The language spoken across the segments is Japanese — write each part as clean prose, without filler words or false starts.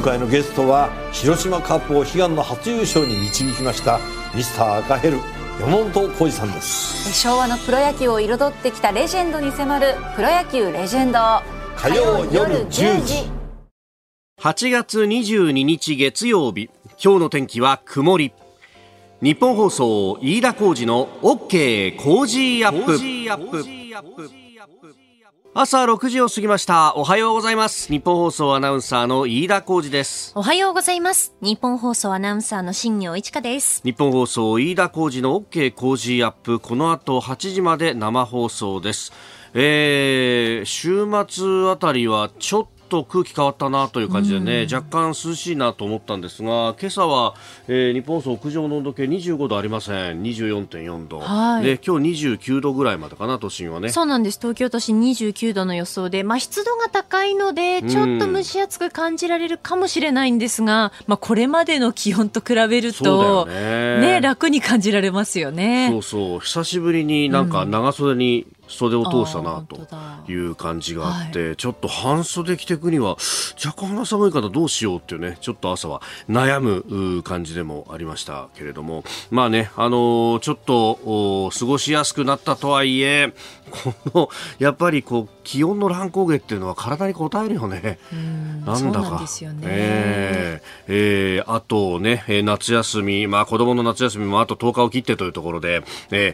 回のゲストは広島カップを悲願の初優勝に導きましたミスター赤ヘル山本浩二さんです。 昭和のプロ野球を彩ってきたレジェンドに迫るプロ野球レジェンド、 火曜夜10時。 8月22日月曜日、今日の天気は曇り。日本放送飯田浩司の OK 工事アップ。朝6時を過ぎました。おはようございます。日本放送アナウンサーの飯田浩司です。 おはようございます。日本放送アナウンサーの新業一華です。 日本放送飯田浩司の OK 工事アップ、この後8時まで生放送です。週末あたりはちょっと空気変わったなという感じでね、若干涼しいなと思ったんですが、今朝は、日本放送屋上の温度計25度ありません。 24.4 度、で今日29度ぐらいまでかな、都心はね。 そうなんです。東京都心29度の予想で、湿度が高いのでちょっと蒸し暑く感じられるかもしれないんですが、これまでの気温と比べると、楽に感じられますよね。 そうそう、久しぶりになんか長袖に袖を通したなという感じがあって、ちょっと半袖着てくには若干肌寒いからどうしようっていうね、ちょっと朝は悩む感じでもありましたけれども、ちょっと過ごしやすくなったとはいえ、このやっぱり気温の乱高下っていうのは体に応えるよね。なんだかそうなんですよね。 あとね、夏休み、子供の夏休みもあと10日を切ってというところで、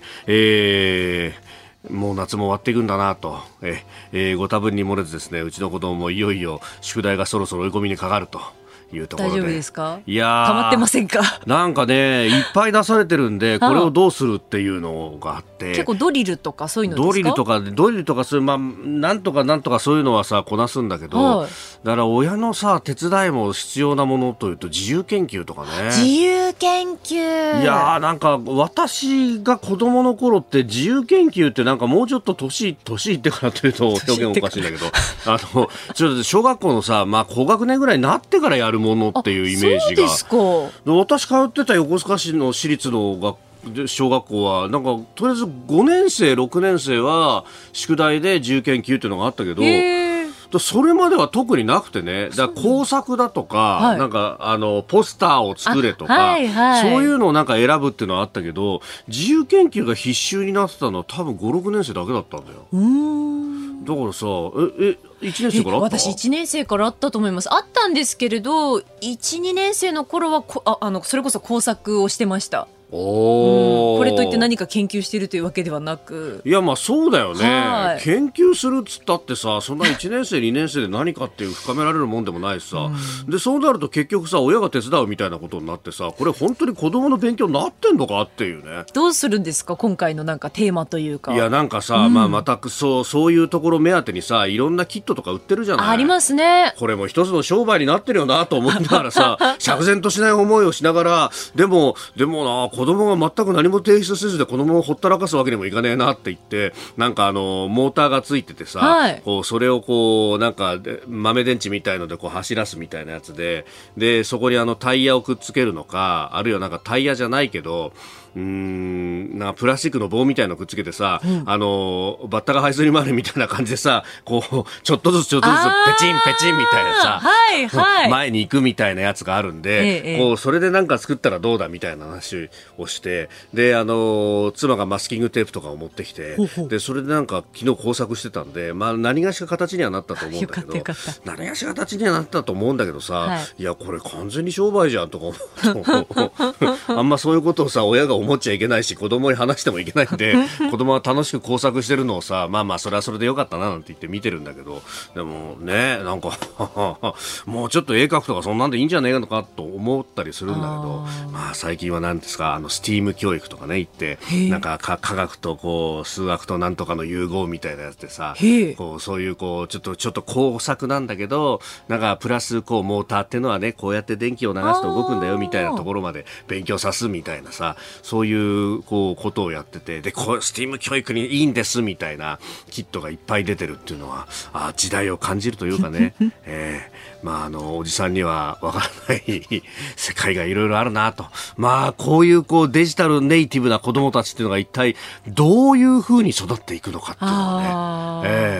もう夏も終わっていくんだなと、ご多分に漏れずですね、うちの子供もいよいよ宿題がそろそろ追い込みにかかるというところで。 大丈夫ですか？ いや溜まってませんか？ なんかね、いっぱい出されてるんで、これをどうするっていうのがあって、 結構ドリルとかそういうのですか？ ドリルとかそういう、なんとかそういうのはさこなすんだけど、だから親のさ手伝いも必要なものというと自由研究とかね。 自由研究。 いやなんか私が子供の頃って自由研究ってなんかもうちょっと年いってからというと表現おかしいんだけどちょっと小学校のさ、高学年ぐらいになってからやるものっていうイメージが。 そうですか。 私通ってた横須賀市の私立の小学校はなんかとりあえず5年生6年生は宿題で自由研究っていうのがあったけど、それまでは特になくてね、だから工作だとか、なんかポスターを作れとか、そういうのをなんか選ぶっていうのはあったけど、自由研究が必修になってたのは多分5、6年生だけだったんだよ。だからさ、1年生からあった？ 私1年生からあったと思います。あったんですけれど、1、2年生の頃はそれこそ工作をしてました。これといって何か研究しているというわけではなく。 いやそうだよね、研究するっつったってさ、そんな1年生2年生で何かっていう深められるもんでもないしさ、でそうなると結局さ親が手伝うみたいなことになってさ、これ本当に子供の勉強になってんのかっていうね。 どうするんですか今回のなんかテーマというか。 いやなんかさ、またそういうところ目当てにさ、いろんなキットとか売ってるじゃない。 ありますね。 これも一つの商売になってるよなと思いながらさ釈然としない思いをしながら、でもな、子供が全く何も提出せずで子供をほったらかすわけにもいかねえなって言って、なんかモーターがついててさ、それをなんか豆電池みたいので走らすみたいなやつで、そこにタイヤをくっつけるのか、あるいはなんかタイヤじゃないけどなんかプラスチックの棒みたいのくっつけてさ、バッタが這いずり回るみたいな感じでさ、ちょっとずつペチンペチンみたいなさ、前に行くみたいなやつがあるんで、それでなんか作ったらどうだみたいな話をして、で妻がマスキングテープとかを持ってきて、でそれでなんか昨日工作してたんで、何がしか形にはなったと思うんだけど、何がしか形にはなったと思うんだけどさ、いやこれ完全に商売じゃんとか思うとあんまそういうことをさ親が思っちゃいけないし、子供に話してもいけないんで子供は楽しく工作してるのをさ、それはそれでよかったななんて言って見てるんだけど、でもね、なんかもうちょっと絵描くとかそんなんでいいんじゃねえのかと思ったりするんだけど、最近は何ですか、スティーム教育とかね言って、なんか科学と数学となんとかの融合みたいなやつでさ、そういうちょっと工作なんだけど、なんかプラスモーターっていうのはね、こうやって電気を流すと動くんだよみたいなところまで勉強さすみたいなさ、そういうことをやってて、でスティーム教育にいいんですみたいなキットがいっぱい出てるっていうのは、時代を感じるというかねおじさんにはわからない世界がいろいろあるなと。こういうデジタルネイティブな子供たちっていうのが一体どういう風に育っていくのかっていうのはね、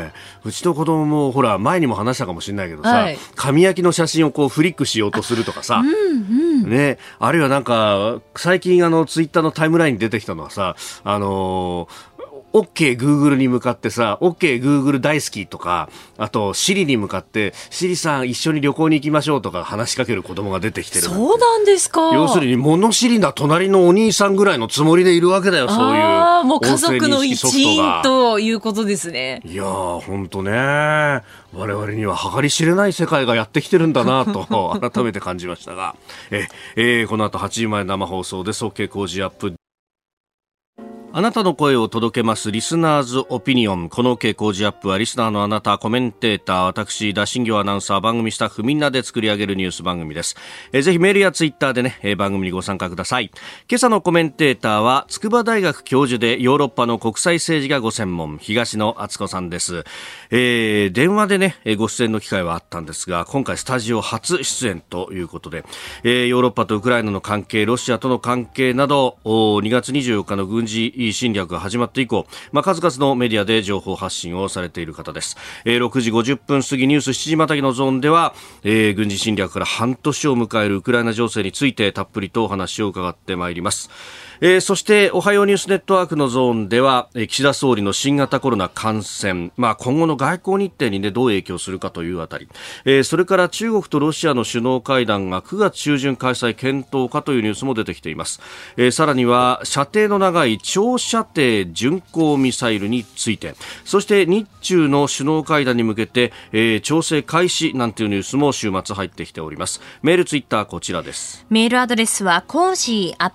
うちの子供もほら前にも話したかもしれないけどさ、 はい、 紙焼きの写真をこうフリックしようとするとかさ、ね、あるいはなんか最近ツイッターのタイムラインに出てきたのはさ、OK Google に向かってさ OK Google 大好きとか、あと Siri に向かってSiri さん一緒に旅行に行きましょうとか話しかける子供が出てきてる。 そうなんですか。 要するに物知りな隣のお兄さんぐらいのつもりでいるわけだよ。そういうもう家族の一員ということですね。 いやー本当ね、我々には計り知れない世界がやってきてるんだなと改めて感じましたがこの後8時前生放送でOK工事アップ。あなたの声を届けますリスナーズオピニオン。このOK工事アップはリスナーのあなた、コメンテーター、私田新行アナウンサー、番組スタッフみんなで作り上げるニュース番組です。ぜひメールやツイッターでね、番組にご参加ください。今朝のコメンテーターは筑波大学教授でヨーロッパの国際政治がご専門、東野敦子さんです。電話でねご出演の機会はあったんですが、今回スタジオ初出演ということで、ヨーロッパとウクライナの関係、ロシアとの関係など2月24日の軍事侵略が始まって以降、数々のメディアで情報発信をされている方です。6時50分過ぎニュース7時またぎのゾーンでは、軍事侵略から半年を迎えるウクライナ情勢についてたっぷりとお話を伺ってまいります。そしておはようニュースネットワークのゾーンでは、岸田総理の新型コロナ感染、今後の外交日程に、ね、どう影響するかというあたり、それから中国とロシアの首脳会談が9月中旬開催検討かというニュースも出てきています。さらには射程の長い長射程巡航ミサイルについて、そして日中の首脳会談に向けて、調整開始なんていうニュースも週末入ってきております。メールツイッターこちらです。 メールアドレスはコージー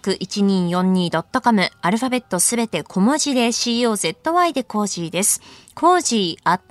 @1242.com、アルファベットすべて小文字で COZY でコージーです。コージー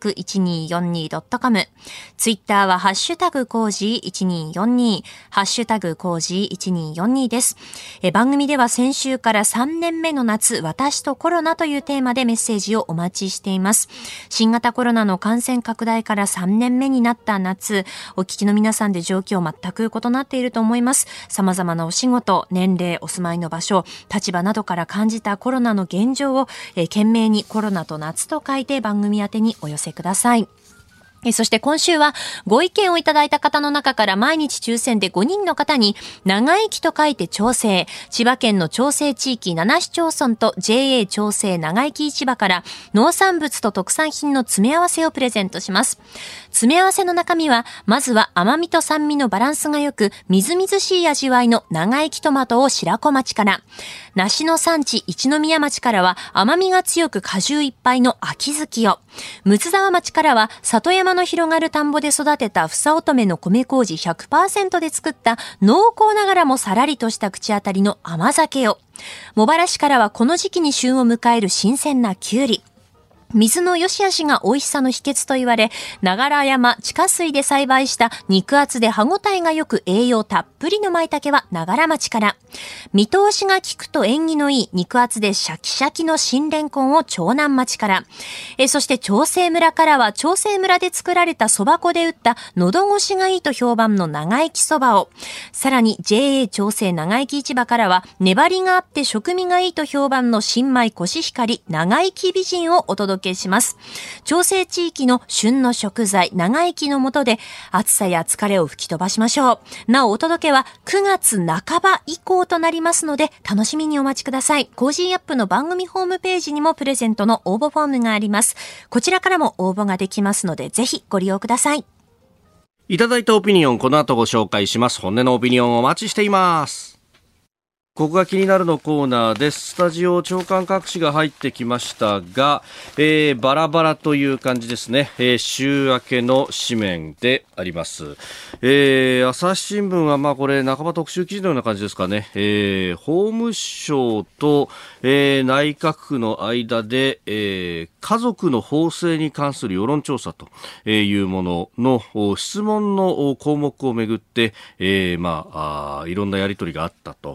@1242.com。ツイッターはハッシュタグコージー1242、ハッシュタグコージー1242です。番組では先週から3年目の夏、私とコロナというテーマでメッセージをお待ちしています。新型コロナの感染拡大から3年目になった夏、お聞きの皆さんで状況全く異なっていると思います。様々なお仕事、年齢、お住まいの場所、立場などから感じたコロナの現状を、懸命にコロナと夏と書いて番組宛てにお寄せください。そして今週はご意見をいただいた方の中から毎日抽選で5人の方に長生きと書いて長生、千葉県の長生地域7市町村と JA 長生長生き市場から農産物と特産品の詰め合わせをプレゼントします。詰め合わせの中身はまずは甘みと酸味のバランスが良くみずみずしい味わいの長生きトマトを白子町から、梨の産地一宮町からは甘みが強く果汁いっぱいの秋月を、睦沢町からは里山の広がる田んぼで育てた房乙女の米麹 100% で作った濃厚ながらもさらりとした口当たりの甘酒を、茂原市からはこの時期に旬を迎える新鮮なきゅうり、水の良し悪しが美味しさの秘訣と言われ、長良山地下水で栽培した肉厚で歯ごたえがよく栄養たっぷりの舞茸は長良町から、見通しが利くと縁起のいい肉厚でシャキシャキの新レンコンを長南町から、そして長生村からは長生村で作られた蕎麦粉で打った喉越しがいいと評判の長生き蕎麦を、さらに JA 長生長生き市場からは粘りがあって食味がいいと評判の新米コシヒカリ長生き美人をお届けします。調整地域の旬の食材長生きの下で暑さや疲れを吹き飛ばしましょう。なおお届けは9月半ば以降となりますので楽しみにお待ちください。コージーアップの番組ホームページにもプレゼントの応募フォームがあります。こちらからも応募ができますのでぜひご利用ください。 いただいたオピニオンこの後ご紹介します。本音のオピニオンをお待ちしています。ここが気になるのコーナーです。スタジオ長官各紙が入ってきましたが、バラバラという感じですね。週明けの紙面であります。朝日新聞はこれ半ば特集記事のような感じですかね。法務省と、内閣府の間で、家族の法制に関する世論調査というものの質問の項目をめぐって、いろんなやり取りがあったと。内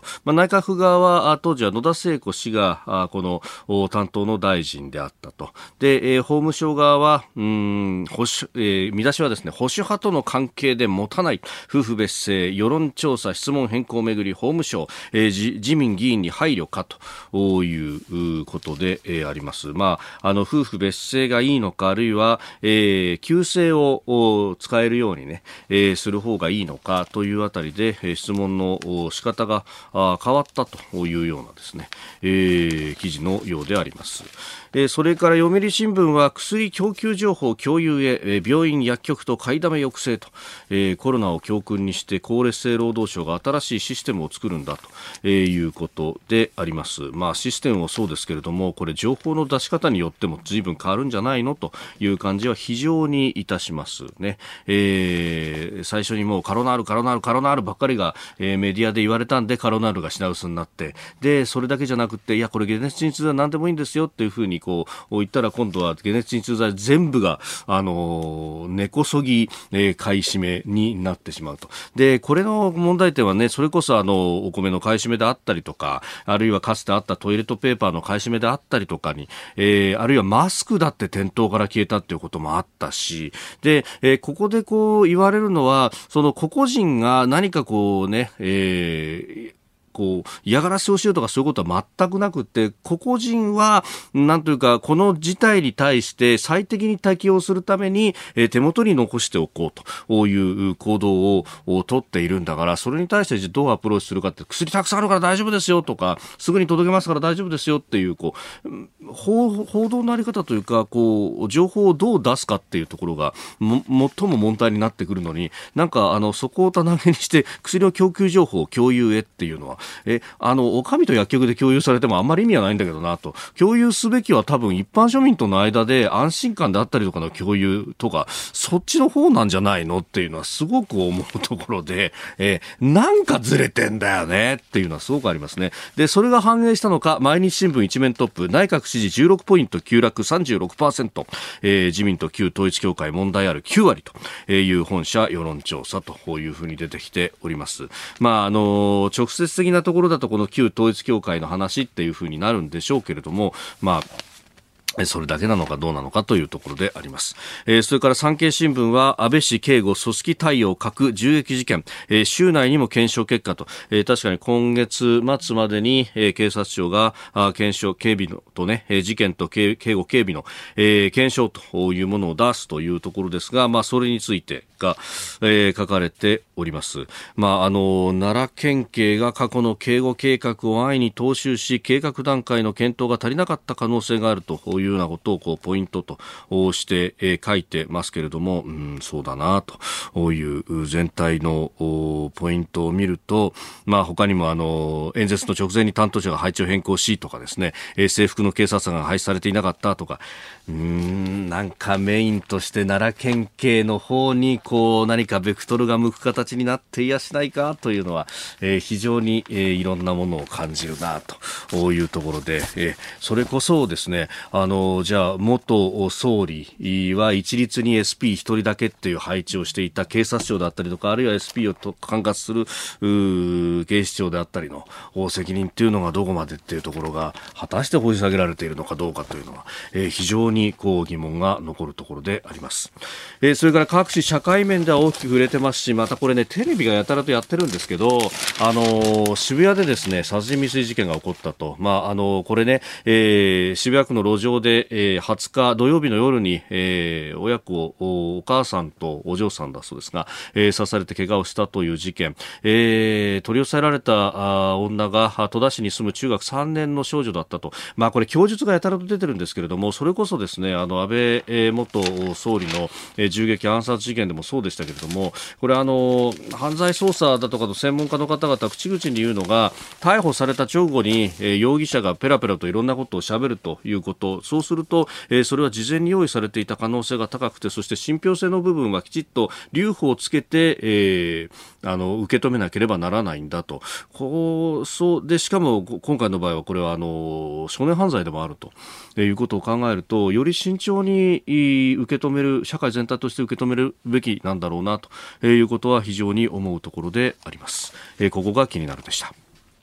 内閣府側は当時は野田聖子氏がこの担当の大臣であったと。で、法務省側は見出しはですね、保守派との関係で持たない夫婦別姓世論調査質問変更をめぐり法務省、自民議員に配慮かということで、あります。夫婦別姓がいいのか、あるいは、旧姓を使えるようにね、する方がいいのかというあたりで、質問の仕方が変わったというようなですね、記事のようであります。それから読売新聞は薬供給情報共有へ、病院薬局と買いだめ抑制と、コロナを教訓にして厚生労働省が新しいシステムを作るんだと、いうことであります。システムもそうですけれども、これ情報の出し方によっても随分変わるんじゃないのという感じは非常にいたしますね。最初にもうカロナールばっかりが、メディアで言われたんでカロナールが品薄になって、でそれだけじゃなくて、いやこれ解熱鎮痛剤何でもいいんですよっていうふうに言ったら、今度は解熱鎮痛剤全部が根こそぎ、買い占めになってしまうと。でこれの問題点はね、それこそお米の買い占めであったりとか、あるいはかつてあったトイレットペーパーの買い占めであったりとかに、あるいはマスクだって店頭から消えたっていうこともあったし、で、ここで言われるのは、その個々人が何か嫌がらせをしようとかそういうことは全くなくて、個々人はなんというか、この事態に対して最適に対応するために、手元に残しておこうという行動を取っているんだから、それに対してどうアプローチするかって、薬たくさんあるから大丈夫ですよとか、すぐに届けますから大丈夫ですよっていう、報道のあり方というか、情報をどう出すかっていうところが最も問題になってくるのに、なんかそこを棚上げにして薬の供給情報を共有へっていうのは、お上と薬局で共有されてもあんまり意味はないんだけどなと。共有すべきは多分一般庶民との間で安心感であったりとかの共有とか、そっちの方なんじゃないのっていうのはすごく思うところで、なんかずれてんだよねっていうのはすごくありますね。でそれが反映したのか、毎日新聞一面トップ、内閣支持16ポイント急落 36%、自民と旧統一教会問題ある9割という本社世論調査というふうに出てきております。直接的なところだとこの旧統一教会の話っていう風になるんでしょうけれども、それだけなのかどうなのかというところであります。それから産経新聞は安倍氏警護組織対応核銃撃事件、週内にも検証結果と、確かに今月末までに、警察庁が検証警備のとね、事件と警護警備の、検証というものを出すというところですが、それについてが、書かれております。奈良県警が過去の警護計画を安易に踏襲し、計画段階の検討が足りなかった可能性があるというようなことをポイントとして書いてますけれども、そうだなという全体のポイントを見ると、他にも演説の直前に担当者が配置を変更しとかですね、制服の警察官が配置されていなかったとか、なんかメインとして奈良県警の方に何かベクトルが向く形になっていやしないかというのは、非常に、いろんなものを感じるなというところで、それこそですね、じゃあ元総理は一律に SP 一人だけっていう配置をしていた警察庁だったりとか、あるいは SP を管轄する警視庁であったりの責任っていうのがどこまでっていうところが果たして掘り下げられているのかどうかというのは、非常に疑問が残るところであります。それから各種社会面では大きく触れてますし、またこれね、テレビがやたらとやってるんですけど、渋谷でですね、殺人未遂事件が起こったと。これね、渋谷区の路上で、20日土曜日の夜に、親子お母さんとお嬢さんだそうですが、刺されて怪我をしたという事件、取り押さえられた女が戸田市に住む中学3年の少女だったと。これ供述がやたらと出てるんですけれども、それこそですね、安倍元総理の銃撃暗殺事件でもそうでしたけれども、これ犯罪捜査だとかの専門家の方々口々に言うのが、逮捕された直後に、容疑者がペラペラといろんなことを喋るということ、そうすると、それは事前に用意されていた可能性が高くて、そして信憑性の部分はきちっと留保をつけて、受け止めなければならないんだと。そうで、しかも今回の場合はこれは少年犯罪でもあるということを考えると、より慎重に受け止める、社会全体として受け止めるべきなんだろうなということは非常に思うところであります。ここが気になるでした。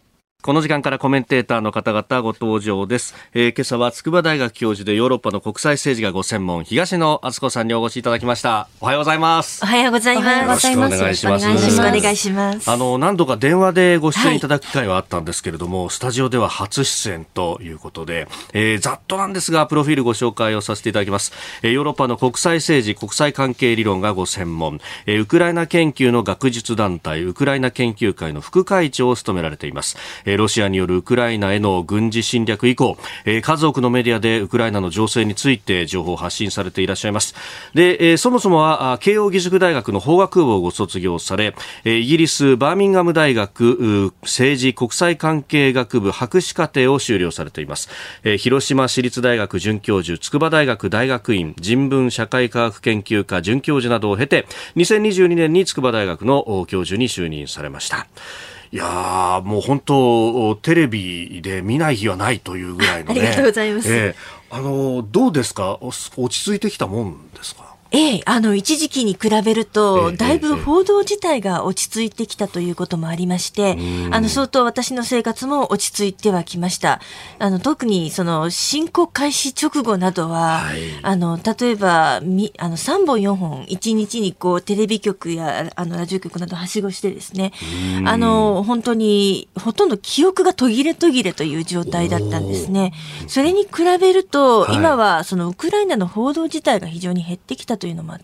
この時間からコメンテーターの方々ご登場です。今朝は筑波大学教授でヨーロッパの国際政治がご専門、東野篤子さんにお越しいただきました。おはようございます。 おはようございます。 よろしくお願いします。 よろしくお願いします。 何度か電話でご出演いただく機会はあったんですけれども、スタジオでは初出演ということで、ざっとなんですがプロフィールご紹介をさせていただきます。ヨーロッパの国際政治、国際関係理論がご専門、ウクライナ研究の学術団体ウクライナ研究会の副会長を務められています。ロシアによるウクライナへの軍事侵略以降、数多くのメディアでウクライナの情勢について情報を発信されていらっしゃいます。で、そもそもは慶応義塾大学の法学部をご卒業され、イギリスバーミンガム大学政治国際関係学部博士課程を修了されています。広島市立大学准教授、筑波大学大学院人文社会科学研究科准教授などを経て、2022年に筑波大学の教授に就任されました。いやー、もう本当テレビで見ない日はないというぐらいのね。 ありがとうございます。 どうですか、落ち着いてきたもんですか？ 一時期に比べると、だいぶ報道自体が落ち着いてきたということもありまして、相当私の生活も落ち着いてはきました。特にその侵攻開始直後などは、例えば3本4本1日にこうテレビ局やラジオ局などはしごしてですね、本当にほとんど記憶が途切れ途切れという状態だったんですね。それに比べると、今はそのウクライナの報道自体が非常に減ってきたというのもあって、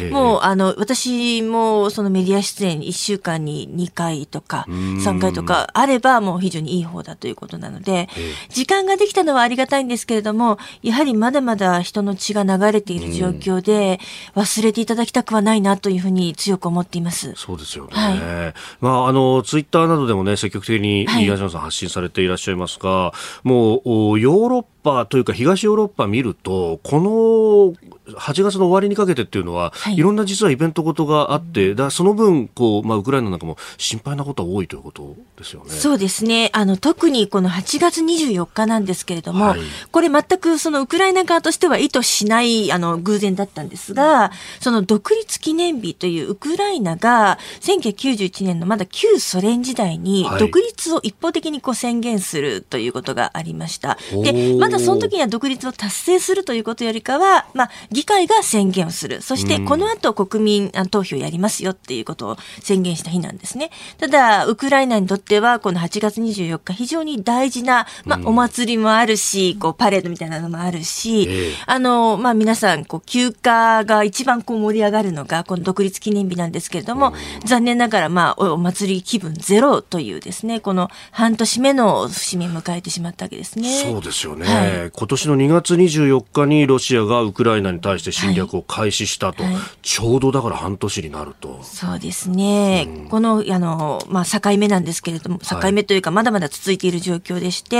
もう私もそのメディア出演1週間に2回とか3回とかあればもう非常にいい方だということなので、時間ができたのはありがたいんですけれども、やはりまだまだ人の血が流れている状況で忘れていただきたくはないなというふうに強く思っています。 そうですよね。ツイッターなどでもね、積極的に東野さん発信されていらっしゃいますが、もうヨーロッパというか東ヨーロッパ見ると、この8月の終わりにかけてっていうのは、いろんな実はイベントごとがあって、その分ウクライナなんかも心配なことは多いということですよね。 そうですね。特にこの8月24日なんですけれども、これ全くそのウクライナ側としては意図しない偶然だったんですが、その独立記念日というウクライナが1991年のまだ旧ソ連時代に独立を一方的に宣言するということがありました。で、まだその時には独立を達成するということよりかは、議会が宣言をする。そしてこの後国民投票やりますよっていうことを宣言した日なんですね。ただウクライナにとってはこの8月24日非常に大事な、お祭りもあるし、パレードみたいなのもあるし、皆さん休暇が一番盛り上がるのがこの独立記念日なんですけれども、残念ながらお祭り気分ゼロというですね、この半年目の節目を迎えてしまったわけですね。 そうですよね。今年の2月24日にロシアがウクライナに対して侵略を開始したと、ちょうどだから半年になると。 そうですね。この境目なんですけれども、境目というかまだまだ続いている状況でして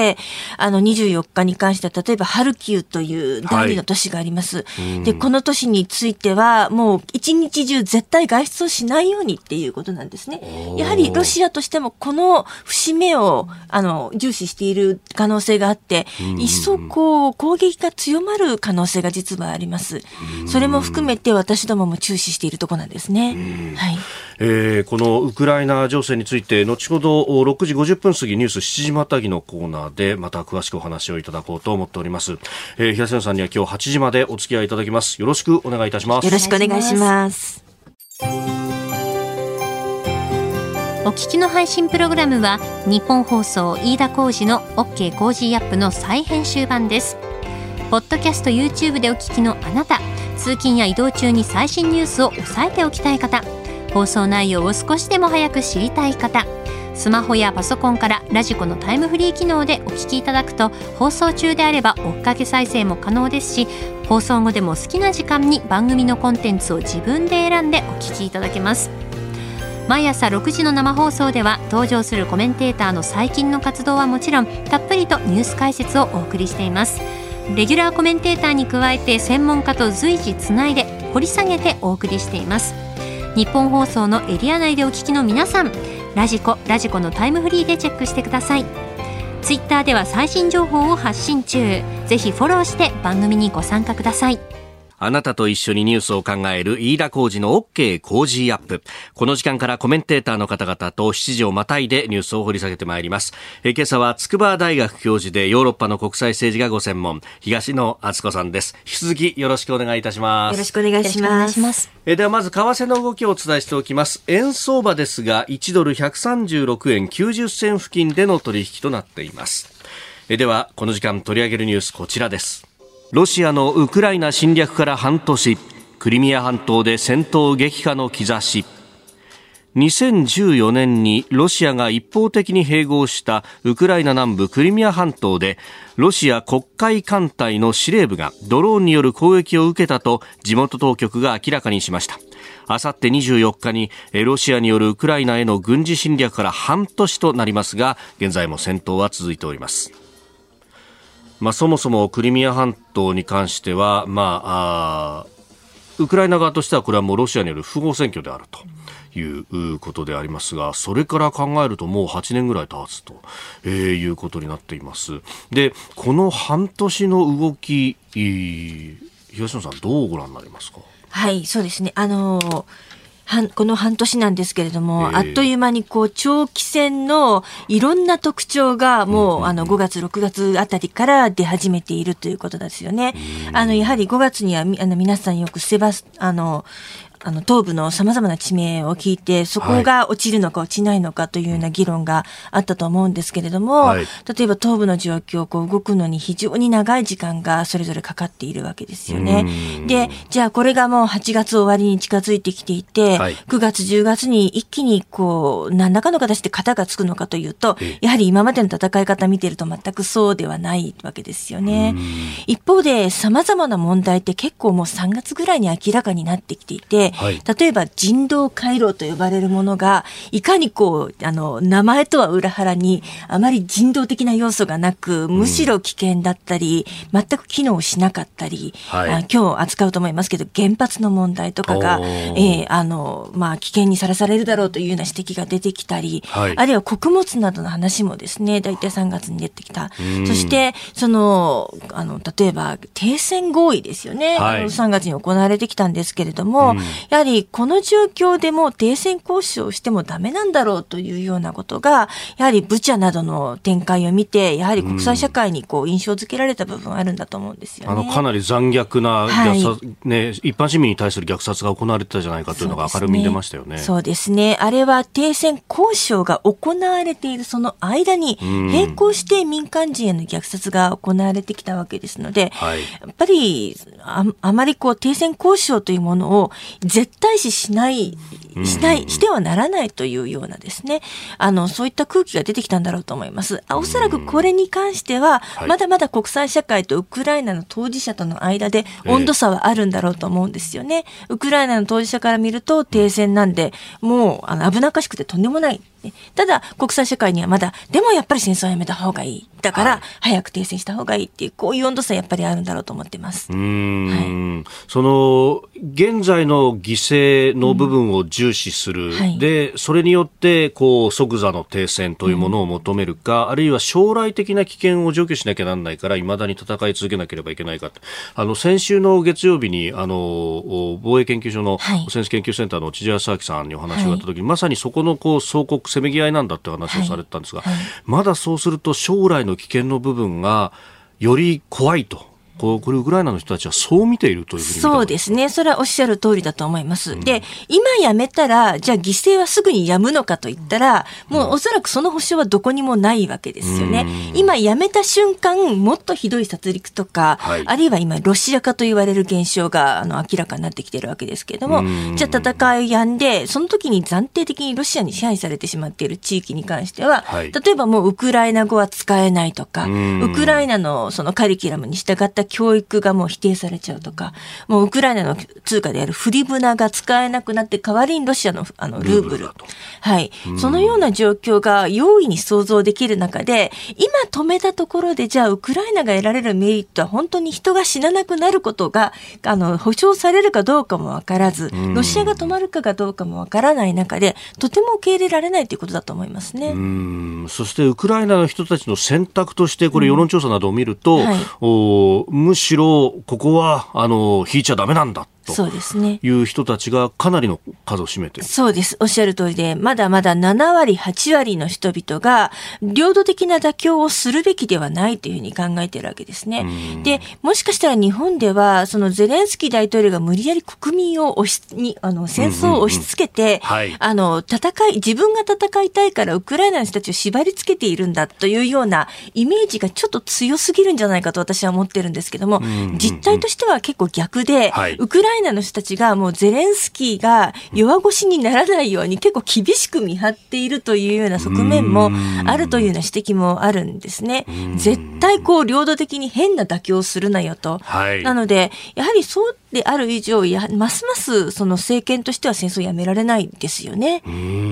、24日に関しては例えばハルキウという第2の都市があります。で、この都市についてはもう一日中絶対外出をしないようにっていうことなんですね。やはりロシアとしてもこの節目を重視している可能性があって、一層攻撃が強まる可能性が実はあります。それも含めて私どもも注視しているところなんですね。 このウクライナ情勢について後ほど6時50分過ぎニュース7時またぎのコーナーでまた詳しくお話をいただこうと思っております。東野さんには今日8時までお付き合いいただきます。よろしくお願いいたします。 よろしくお願いします。 お聞きの配信プログラムは日本放送飯田浩司の OK コージーアップの再編集版です。ポッドキャスト YouTube でお聞きのあなた、通勤や移動中に最新ニュースを押さえておきたい方、放送内容を少しでも早く知りたい方、スマホやパソコンからラジコのタイムフリー機能でお聞きいただくと、放送中であれば追っかけ再生も可能ですし、放送後でも好きな時間に番組のコンテンツを自分で選んでお聞きいただけます。毎朝6時の生放送では登場するコメンテーターの最近の活動はもちろん、たっぷりとニュース解説をお送りしています。レギュラーコメンテーターに加えて専門家と随時つないで掘り下げてお送りしています。日本放送のエリア内でお聞きの皆さん、ラジコのタイムフリーでチェックしてください。ツイッターでは最新情報を発信中。ぜひフォローして番組にご参加ください。 あなたと一緒にニュースを考える飯田浩司の OK 工事アップ。この時間からコメンテーターの方々と7時をまたいでニュースを掘り下げてまいります。今朝は筑波大学教授でヨーロッパの国際政治がご専門、東野敦子さんです。引き続きよろしくお願いいたします。 よろしくお願いします。 ではまず為替の動きをお伝えしておきます。円相場ですが1ドル136円90銭付近での取引となっています。ではこの時間取り上げるニュースこちらです。ロシアのウクライナ侵略から半年、クリミア半島で戦闘激化の兆し。2014年にロシアが一方的に併合したウクライナ南部クリミア半島でロシア黒海艦隊の司令部がドローンによる攻撃を受けたと地元当局が明らかにしました。あさって24日にロシアによるウクライナへの軍事侵略から半年となりますが、現在も戦闘は続いております。そもそもクリミア半島に関しては、ウクライナ側としてはこれはもうロシアによる不法占拠であるということでありますが、それから考えるともう8年ぐらい経つということになっています。で、この半年の動き、東野さんどうご覧になりますか？ はい、そうですね。この半年なんですけれども、あっという間に長期戦のいろんな特徴がもう5月6月あたりから出始めているということですよね。やはり5月には皆さんよく東部の様々な地名を聞いて、そこが落ちるのか落ちないのかというような議論があったと思うんですけれども、例えば東部の状況を動くのに非常に長い時間がそれぞれかかっているわけですよね。で、じゃあこれがもう8月終わりに近づいてきていて、9月10月に一気に何らかの形で型がつくのかというと、やはり今までの戦い方見てると全くそうではないわけですよね。一方で様々な問題って結構もう3月ぐらいに明らかになってきていて、例えば人道回廊と呼ばれるものがいかに名前とは裏腹にあまり人道的な要素がなく、むしろ危険だったり全く機能しなかったり、今日扱うと思いますけど原発の問題とかが、危険にさらされるだろうというような指摘が出てきたり、あるいは穀物などの話もですね、大体3月に出てきた。そして例えば停戦合意ですよね、3月に行われてきたんですけれども、やはりこの状況でも停戦交渉をしてもダメなんだろうというようなことが、やはりブチャなどの展開を見て、やはり国際社会に印象付けられた部分はあるんだと思うんですよね。 かなり残虐な虐殺、一般市民に対する虐殺が行われてたじゃないかというのが明るみに出ましたよね。 そうですね。あれは停戦交渉が行われているその間に並行して民間人への虐殺が行われてきたわけですので、やっぱりあまり停戦交渉というものを絶対視してはならないというようなですね、そういった空気が出てきたんだろうと思います。おそらくこれに関しては、まだまだ国際社会とウクライナの当事者との間で温度差はあるんだろうと思うんですよね。ウクライナの当事者から見ると停戦なんで、もう危なっかしくてとんでもない。ただ国際社会にはまだ、でもやっぱり戦争はやめた方がいい。だから早く停戦した方がいいっていう、こういう温度差やっぱりあるんだろうと思ってます。その現在の犠牲の部分を重視する、でそれによって即座の停戦というものを求めるか、あるいは将来的な危険を除去しなきゃなんないから未だに戦い続けなければいけないか。先週の月曜日に防衛研究所の戦争研究センターの千々和明さんにお話があった時に、まさにそこの総国せめぎ合いなんだって話をされてたんですが、まだそうすると将来の危険の部分がより怖いと、これウクライナの人たちはそう見ているというふうに見た。 そうですね。それはおっしゃる通りだと思います。で、今やめたら、じゃあ犠牲はすぐにやむのかといったら、もうおそらくその保証はどこにもないわけですよね。今やめた瞬間、もっとひどい殺戮とか、あるいは今ロシア化と言われる現象が明らかになってきているわけですけれども、じゃあ戦いやんで、その時に暫定的にロシアに支配されてしまっている地域に関しては、例えばもうウクライナ語は使えないとか、ウクライナのそのカリキュラムに従った教育がもう否定されちゃうとか、もうウクライナの通貨であるフリブナが使えなくなって代わりにロシアのルーブル、そのような状況が容易に想像できる中で、今止めたところでじゃあウクライナが得られるメリットは本当に人が死ななくなることが保証されるかどうかもわからず、ロシアが止まるかどうかもわからない中で、とても受け入れられないということだと思いますね。 そしてウクライナの人たちの選択として、これ世論調査などを見ると、 むしろここは引いちゃダメなんだそうですね。 いう人たちがかなりの数を占めている。 そうです。おっしゃる通りで、まだまだ7割、8割の人々が、領土的な妥協をするべきではないというふうに考えているわけですね。で、もしかしたら日本では、そのゼレンスキー大統領が無理やり国民を戦争を押し付けて、自分が戦いたいからウクライナの人たちを縛り付けているんだというようなイメージがちょっと強すぎるんじゃないかと私は思ってるんですけども、実態としては結構逆で、ウクライナの人たちがもうゼレンスキーが弱腰にならないように結構厳しく見張っているというような側面もあるというような指摘もあるんですね。絶対領土的に変な妥協をするなよと。なのでやはりそうである以上ますますその政権としては戦争をやめられないですよね。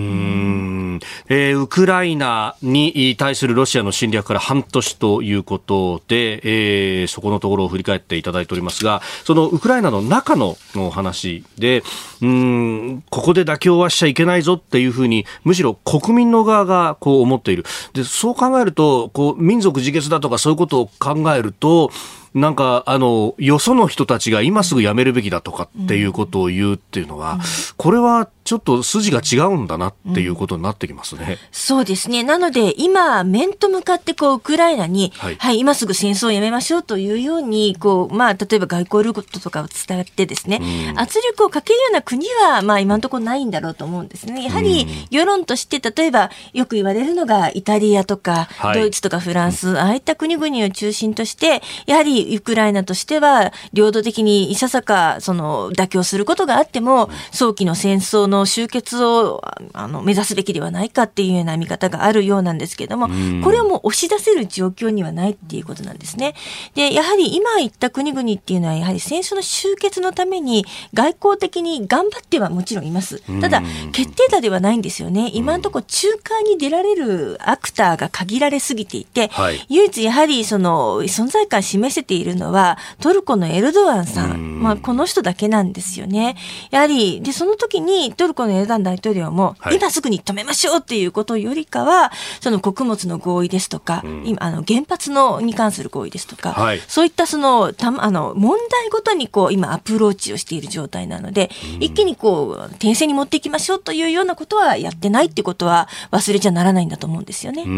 ウクライナに対するロシアの侵略から半年ということで、そこのところを振り返っていただいておりますが、そのウクライナの中の話で、ここで妥協はしちゃいけないぞっていうふうにむしろ国民の側がこう思っている。で、そう考えると民族自決だとかそういうことを考えると、なんかよその人たちが今すぐ辞めるべきだとかっていうことを言うっていうのは、これはちょっと筋が違うんだなっていうことになってきますね。 そうですね。なので今面と向かってウクライナに、今すぐ戦争をやめましょうというように例えば外交ルートとかを伝ってですね、圧力をかけるような国は今のところないんだろうと思うんですね。やはり世論として例えばよく言われるのがイタリアとか、ドイツとかフランス、ああいった国々を中心としてやはりウクライナとしては領土的にいささか妥協することがあっても早期の戦争の終結を目指すべきではないかっていうような見方があるようなんですけれども、これをもう押し出せる状況にはないっていうことなんですね。で、やはり今言った国々っていうのはやはり戦争の終結のために外交的に頑張ってはもちろんいます。ただ決定打ではないんですよね。今のところ仲介に出られるアクターが限られすぎていて、唯一やはり存在感を示せているのはトルコのエルドアンさん、この人だけなんですよね。やはりでその時にトルコのエルドアン大統領も、今すぐに止めましょうっていうことよりかは穀物の合意ですとか、今原発に関する合意ですとか、そういった問題ごとに今アプローチをしている状態なので、一気に停戦に持っていきましょうというようなことはやってないっていうことは忘れちゃならないんだと思うんですよね。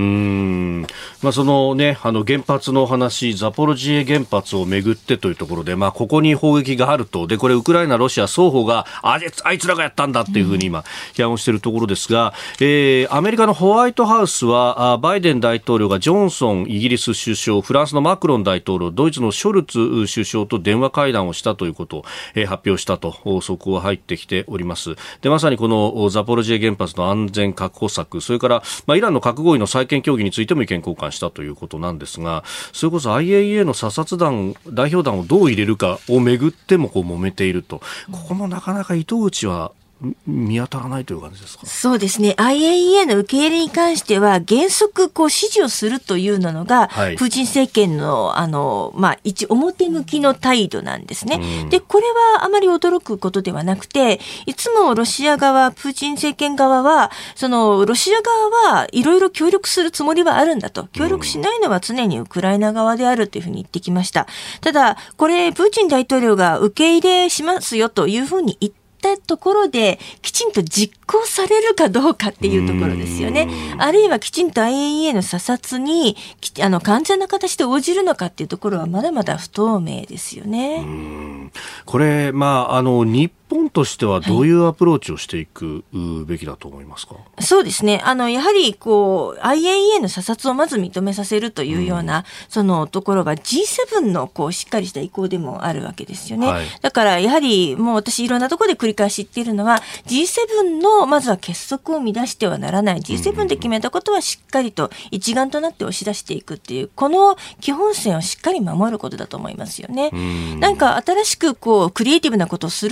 原発の話、ザポロジエ原発をめぐってというところで、ここに砲撃があると。で、これウクライナロシア双方があいつらがやったんだっていうふうに今批判をしているところですが、アメリカのホワイトハウスはバイデン大統領がジョンソンイギリス首相、フランスのマクロン大統領、ドイツのショルツ首相と電話会談をしたということを、発表したと速報が入ってきております。で、まさにこのザポロジエ原発の安全確保策、それからイランの核合意の再建協議についても意見交換したということなんですが、それこそ IAEA の査察団代表団をどう入れるかをめぐっても揉めていると。ここもなかなか糸口は見当たらないという感じですか。 そうですね。IAEA の受け入れに関しては原則支持をするというのが、プーチン政権の一表向きの態度なんですね。で、これはあまり驚くことではなくて、いつもロシア側、プーチン政権側はロシア側はいろいろ協力するつもりはあるんだと。協力しないのは常にウクライナ側であるというふうに言ってきました。ただこれプーチン大統領が受け入れしますよというふうに言ってところできちんと実行されるかどうかっていうところですよね。あるいはきちんと IAEA の査察に完全な形で応じるのかっていうところはまだまだ不透明ですよね。 これ日本としてはどういうアプローチをしていくべきだと思いますか。 そうですね。やはりIAEA の査察をまず認めさせるというような、ところが G7 のしっかりした意向でもあるわけですよね。だからやはりもう私いろんなところで繰り返し言っているのは G7 のまずは結束を乱してはならない。G7 で決めたことはしっかりと一丸となって押し出していくっていうこの基本線をしっかり守ることだと思いますよね。なんか新しくクリエイティブなことをするということ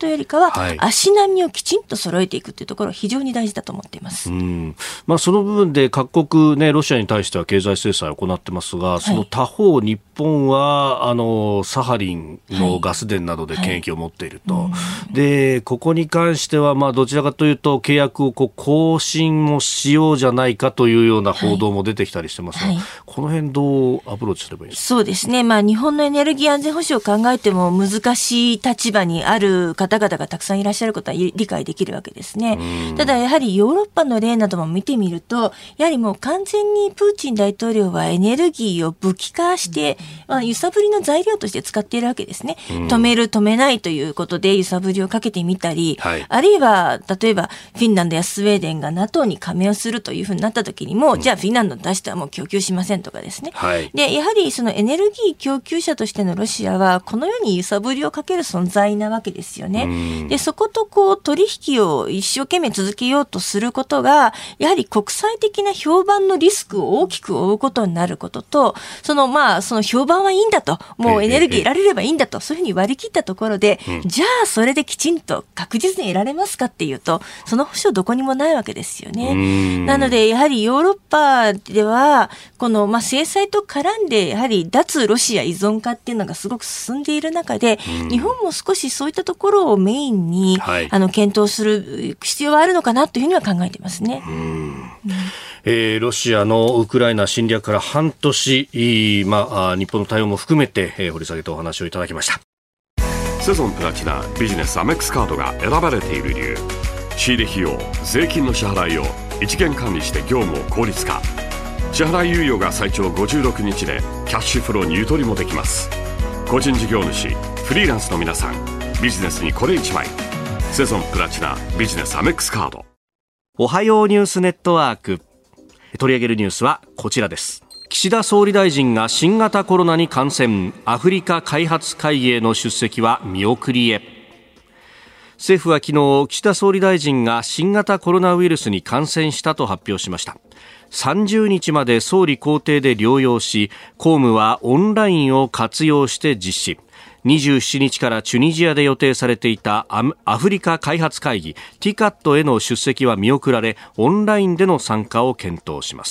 ことよりかは、足並みをきちんと揃えていくというところが非常に大事だと思っています。 その部分で各国、ロシアに対しては経済制裁を行ってますが、その他方、日本はサハリンのガス田などで権益を持っていると、でここに関してはどちらかというと契約を更新もしようじゃないかというような報道も出てきたりしてますが、この辺どうアプローチすればいいですか？ そうですね、日本のエネルギー安全保障を考えても難しい立場にある方々がたくさんいらっしゃることは理解できるわけですね。ただやはりヨーロッパの例なども見てみると、やはりもう完全にプーチン大統領はエネルギーを武器化して、揺さぶりの材料として使っているわけですね。止める止めないということで揺さぶりをかけてみたり、あるいは例えばフィンランドやスウェーデンが NATO に加盟をするというふうになった時にも、じゃあフィンランドに出してはもう供給しませんとかですね。でやはりそのエネルギー供給者としてのロシアはこのように揺さぶりをかける存在なわけですよね。でそこと取引を一生懸命続けようとすることがやはり国際的な評判のリスクを大きく負うことになることと、その評判はいいんだと、もうエネルギー得られればいいんだと、そういうふうに割り切ったところで、じゃあそれできちんと確実に得られますかっていうと、その保証どこにもないわけですよね。なのでやはりヨーロッパではこの制裁と絡んでやはり脱ロシア依存化っていうのがすごく進んでいる中で、日本も少しそういったところをメインに、検討する必要はあるのかなというふうには考えていますね。 ロシアのウクライナ侵略から半年、日本の対応も含めて、掘り下げたお話をいただきました。 セゾンプラチナビジネスアメックスカードが選ばれている理由、仕入れ費用、税金の支払いを一元管理して業務を効率化、支払い猶予が最長56日でキャッシュフローにゆとりもできます。個人事業主、フリーランスの皆さん、ビジネスにこれ1枚、セゾンプラチナビジネスアメックスカード。 おはようニュースネットワーク、取り上げるニュースはこちらです。岸田総理大臣が新型コロナに感染、アフリカ開発会議への出席は見送りへ。政府は昨日、岸田総理大臣が新型コロナウイルスに感染したと発表しました。30日まで総理公邸で療養し、公務はオンラインを活用して実施。27日からチュニジアで予定されていたアフリカ開発会議 TICAD への出席は見送られ、オンラインでの参加を検討します。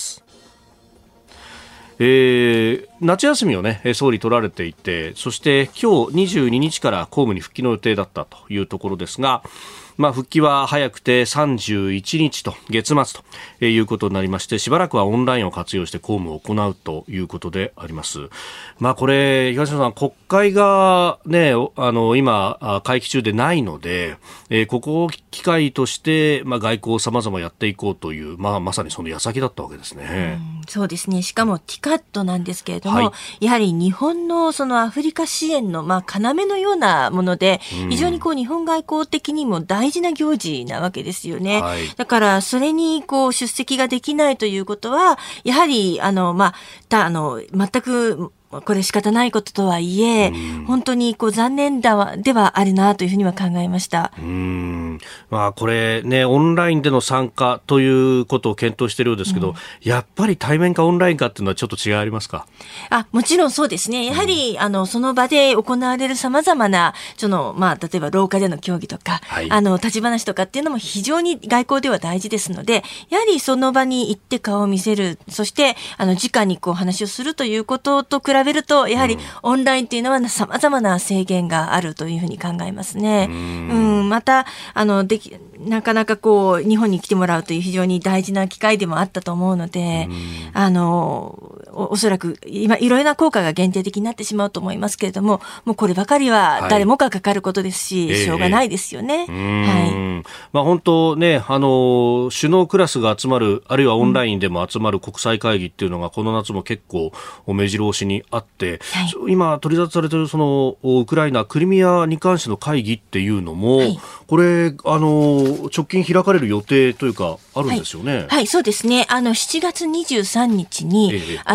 夏休みを総理取られていて、そして今日22日から公務に復帰の予定だったというところですが、復帰は早くて31日と月末ということになりまして、しばらくはオンラインを活用して公務を行うということであります。これ東野さん、国会が今会期中でないので、ここを機会として外交を様々やっていこうという、まさにその矢先だったわけですね。 そうですね。しかも TICAD なんですけれども、やはり日本のそのアフリカ支援の要のようなもので、非常に日本外交的にも大事な行事なわけですよね。だからそれに出席ができないということは、やはり全くこれ仕方ないこととはいえ、本当に残念ではあるなというふうには考えました。 これオンラインでの参加ということを検討しているようですけど、やっぱり対面かオンラインかっていうのはちょっと違いありますか？ もちろんそうですね。やはり、その場で行われる様々な、例えば廊下での協議とか、立ち話とかっていうのも非常に外交では大事ですので、やはりその場に行って顔を見せる、そして、直に話をするということと比べると、やはりオンラインっていうのは様々な制限があるというふうに考えますね。また、なかなか日本に来てもらうという非常に大事な機会でもあったと思うので、おそらく今いろいろな効果が限定的になってしまうと思いますけれども、もうこればかりは誰もがかかることですし、しょうがないですよね。 本当首脳クラスが集まる、あるいはオンラインでも集まる国際会議っていうのがこの夏も結構目白押しにあって、今取り沙汰されているそのウクライナクリミアに関しての会議っていうのも、これ直近開かれる予定というかあるんですよね。 そうですね。7月23日に、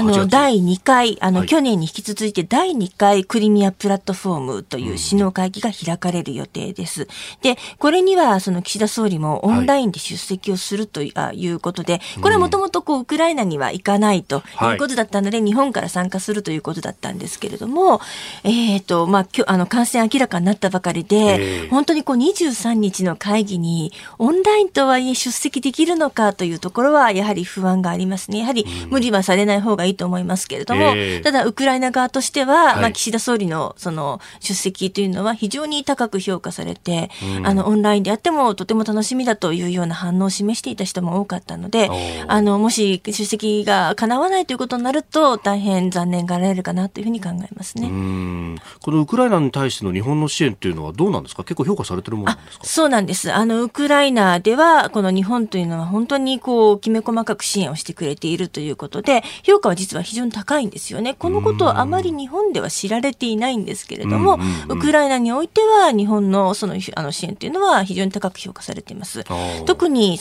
第2回、去年に引き続いて第2回クリミアプラットフォームという首脳会議が開かれる予定です。で、これには岸田総理もオンラインで出席をするということで、これはもともとウクライナには行かないということだったので、日本から参加するということだったんですけれども、感染明らかになったばかりで、本当に23日の会議にオンラインとはいえ出席できるのかというところはやはり不安がありますね。やはり無理はされない方がいいと思いますけれども、ただウクライナ側としては、岸田総理の出席というのは非常に高く評価されて、オンラインであってもとても楽しみだというような反応を示していた人も多かったので、もし出席が叶わないということになると大変残念がられるかなというふうに考えますね。 このウクライナに対しての日本の支援というのはどうなんですか？結構評価されてるものなんですか？ そうなんです。ウクライナではこの日本というのは本当にきめ細かく支援をしてくれているということで、評価は実は非常に高いんですよね。このことはあまり日本では知られていないんですけれども、ウクライナにおいては日本の支援というのは非常に高く評価されています。特に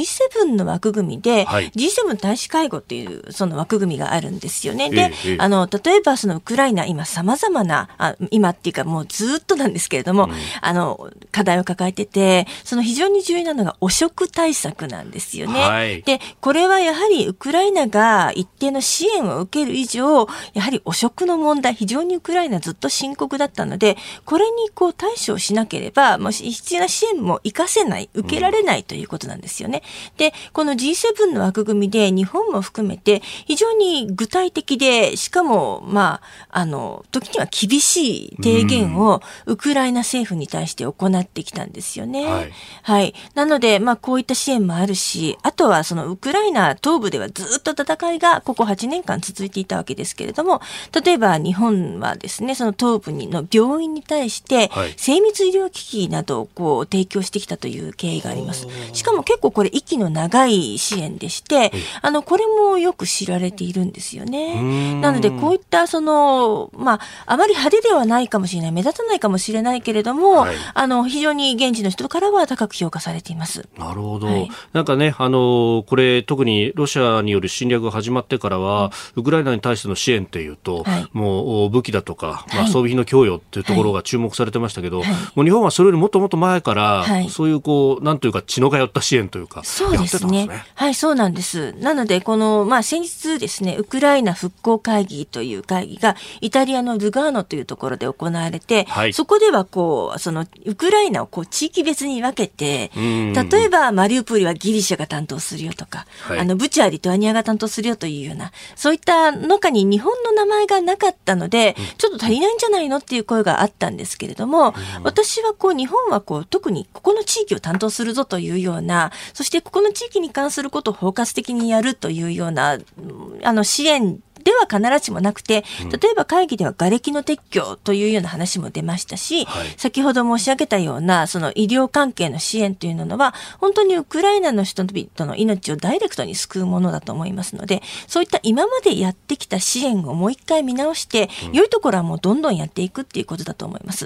G7 の枠組みで、G7 大使会合という枠組みがあるんですよね。で、例えばウクライナ今様々な今っていうかもうずっとなんですけれども、課題を抱えてて、非常に重要なのが汚職対策なんですよね。で、これはやはりウクライナが一定の支援を受ける以上、やはり汚職の問題、非常にウクライナずっと深刻だったので、これに対処しなければ、必要な支援も活かせない、受けられないということなんですよね。で、この G7 の枠組みで日本も含めて非常に具体的で、しかも時には厳しい提言をウクライナ政府に対して行ってきたんですよね。なので、こういった支援もあるし、あとはウクライナ東部ではずっと戦いがここ8年間続いていたわけですけれども、例えば日本はですね、東部の病院に対して精密医療機器などを提供してきたという経緯があります。しかも結構これ息の長い支援でして、これもよく知られているんですよね。なのでこういったあまり派手ではないかもしれない、目立たないかもしれないけれども、非常に現地の人からは高く評価されています。 なるほど。なんかね、これ特にロシアによる侵略が始まってからは、ウクライナに対しての支援っていうと、もう武器だとか、装備品の供与っていうところが注目されてましたけど、もう日本はそれよりもっともっと前から、そういうなんというか血の通った支援というか、 そうですね。そうなんです。なので先日ですね、ウクライナ復興会議という会議がイタリアのルガーノというところで行われて、そこではウクライナを地域別に分けて、例えばマリウポリはギリシャが担当するよとか、ブチャ、リトアニアが担当するよというような、そういった中に日本の名前がなかったので、ちょっと足りないんじゃないのっていう声があったんですけれども、私は日本は特にここの地域を担当するぞというような、そしてここの地域に関することを包括的にやるというような支援では必ずしもなくて、例えば会議では瓦礫の撤去というような話も出ましたし、先ほど申し上げたような医療関係の支援というのは本当にウクライナの人々の命をダイレクトに救うものだと思いますので、そういった今までやってきた支援をもう一回見直して、良いところはもうどんどんやっていくっていうことだと思います。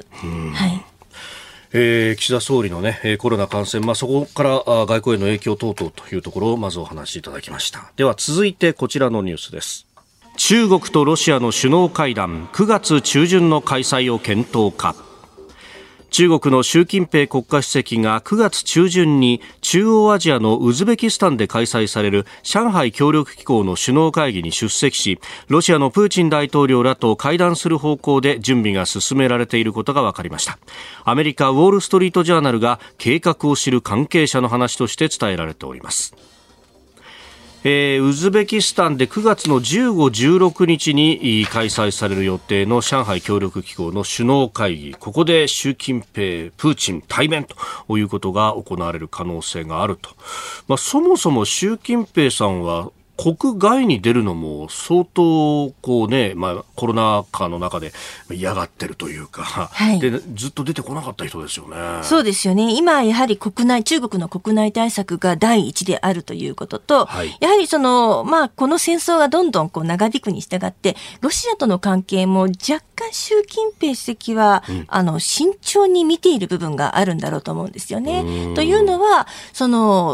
岸田総理の、コロナ感染、そこから外交への影響等々というところをまずお話しいただきました。では続いてこちらのニュースです。中国とロシアの首脳会談、9月中旬の開催を検討か。中国の習近平国家主席が9月中旬に中央アジアのウズベキスタンで開催される上海協力機構の首脳会議に出席し、ロシアのプーチン大統領らと会談する方向で準備が進められていることが分かりました。アメリカウォールストリートジャーナルが計画を知る関係者の話として伝えられております。ウズベキスタンで9月の15、16日に開催される予定の上海協力機構の首脳会議、ここで習近平、プーチン対面ということが行われる可能性があると。そもそも習近平さんは国外に出るのも相当コロナ禍の中で嫌がってるというか、でずっと出てこなかった人ですよね。 そうですよね。今やはり中国の国内対策が第一であるということと、やはりこの戦争がどんどん長引くに従ってロシアとの関係も若干習近平主席は、慎重に見ている部分があるんだろうと思うんですよね。というのは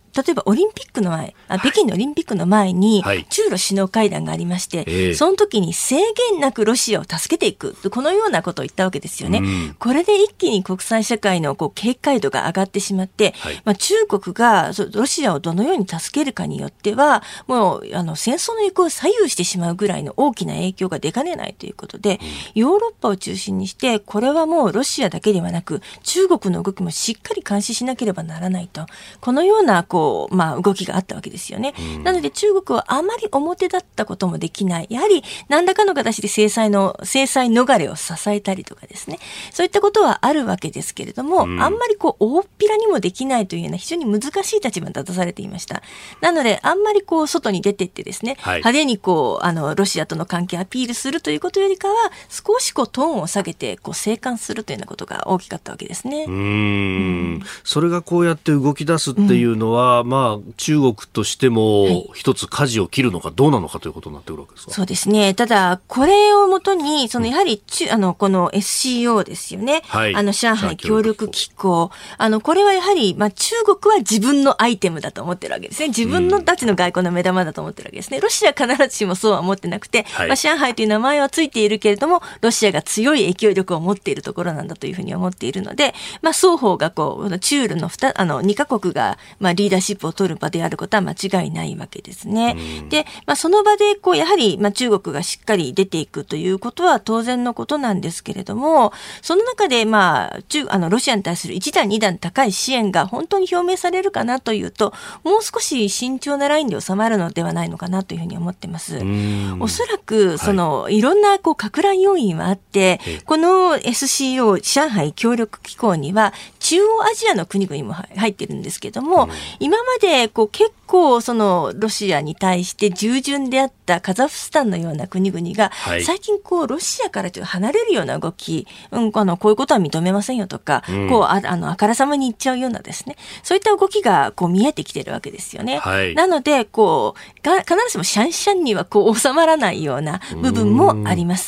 例えばオリンピックの前、北京のオリンピックの前に、中ロ首脳会談がありまして、その時に制限なくロシアを助けていく、このようなことを言ったわけですよね。これで一気に国際社会の警戒度が上がってしまって、中国がロシアをどのように助けるかによっては、もう戦争の行方を左右してしまうぐらいの大きな影響が出かねないということで、ヨーロッパを中心にして、これはもうロシアだけではなく、中国の動きもしっかり監視しなければならないと、このような動きがあったわけですよね。なので中国はあまり表立ったこともできない。やはり何らかの形で制裁逃れを支えたりとかですね。そういったことはあるわけですけれども、あんまり大っぴらにもできないというような非常に難しい立場に立たされていました。なのであんまり外に出てってですね、派手にロシアとの関係をアピールするということよりかは、少しトーンを下げて静観するというようなことが大きかったわけですね。 それがこうやって動き出すっていうのは、中国としても一つ舵を切るのかどうなのかということになってくるわけですか。 そうですね。ただこれをもとにやはりこの SCO ですよね、上海協力機構、これはやはり、中国は自分のアイテムだと思ってるわけですね。自分のたちの外交の目玉だと思ってるわけですね。ロシアは必ずしもそうは思ってなくて、上海という名前はついているけれども、ロシアが強い影響力を持っているところなんだというふうに思っているので、双方が中ロの2カ国がリーダーシップを取る場であることは間違いないわけですね。で、その場でやはり中国がしっかり出ていくということは当然のことなんですけれども、その中でロシアに対する1段2段高い支援が本当に表明されるかなというと、もう少し慎重なラインで収まるのではないのかなというふうに思ってます。おそらくいろんな撹乱要因はあって、この SCO 上海協力機構には中央アジアの国々も入ってるんですけども、今まで結構ロシアに対して従順であったカザフスタンのような国々が、最近ロシアからちょっと離れるような動き、こういうことは認めませんよとか、あからさまに言っちゃうようなですね、そういった動きが見えてきてるわけですよね。なので必ずしもシャンシャンには収まらないような部分もあります。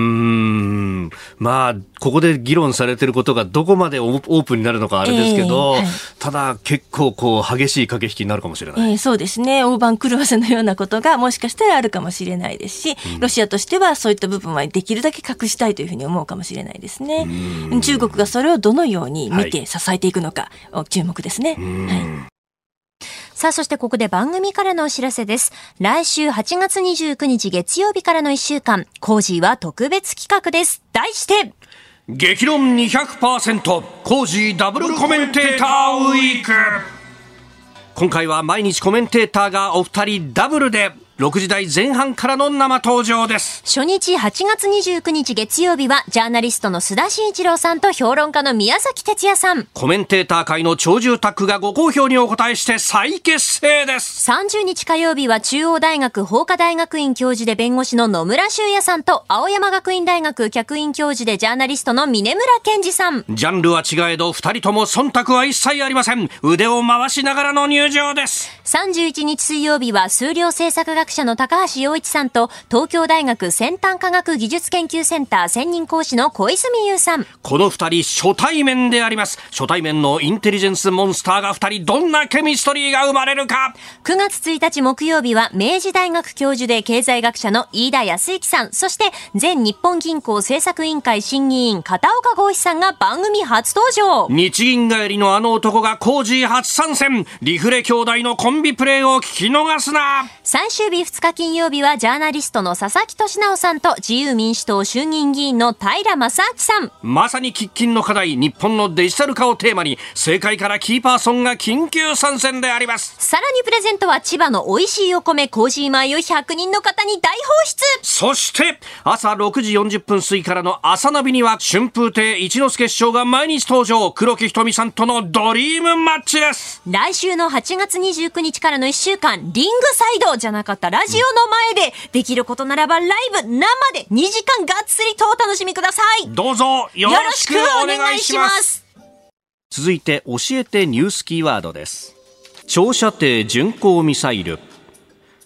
ここで議論されていることがどこまでオープンになるのかあれですけど、ただ結構激しい駆け引きになるかもしれない。 そうですね。大番狂わせのようなことがもしかしたらあるかもしれないですし、ロシアとしてはそういった部分はできるだけ隠したいというふうに思うかもしれないですね。中国がそれをどのように見て支えていくのか、注目ですね。 さあ、そしてここで番組からのお知らせです。来週8月29日月曜日からの1週間、コージーは特別企画です。題して、 激論 200% コージーダブルコメンテーターウィーク。今回は毎日コメンテーターがお二人ダブルで6時台前半からの生登場です。 初日8月29日月曜日はジャーナリストの須田慎一郎さんと評論家の宮崎哲也さん。 コメンテーター界の長寿タッグがご好評にお答えして再結成です。 30日火曜日は中央大学法科大学院教授で弁護士の野村修也さんと青山学院大学客員教授でジャーナリストの峯村健二さん。 ジャンルは違えど2人とも忖度は一切ありません。腕を回しながらの入場です。 31日水曜日は数量政策学者の高橋洋一さんと東京大学先端科学技術研究センター専任講師の小泉優さん。 この2人初対面であります。初対面のインテリジェンスモンスターが2人、どんなケミストリーが生まれるか。 9月1日木曜日は明治大学教授で経済学者の飯田康之さん、そして前日本銀行政策委員会審議員片岡剛志さんが番組初登場。 日銀帰りのあの男がコージー初参戦。リフレ兄弟のコンビプレーを聞き逃すな。 最終日2日金曜日はジャーナリストの佐々木俊直さんと自由民主党衆議院議員の平正明さん。 まさに喫緊の課題、日本のデジタル化をテーマに政界からキーパーソンが緊急参戦であります。 さらにプレゼントは千葉の美味しいお米コージー米を100人の方に大放出。 そして朝6時40分過ぎからの朝ナビには春風亭一之輔師匠が毎日登場。黒木瞳さんとのドリームマッチです。 来週の8月29日からの1週間、リングサイドじゃなかったラジオの前でできることならばライブ生で2時間がっつりとお楽しみください。 どうぞよろしくお願いします。続いて教えてニュースキーワードです。長射程巡航ミサイル。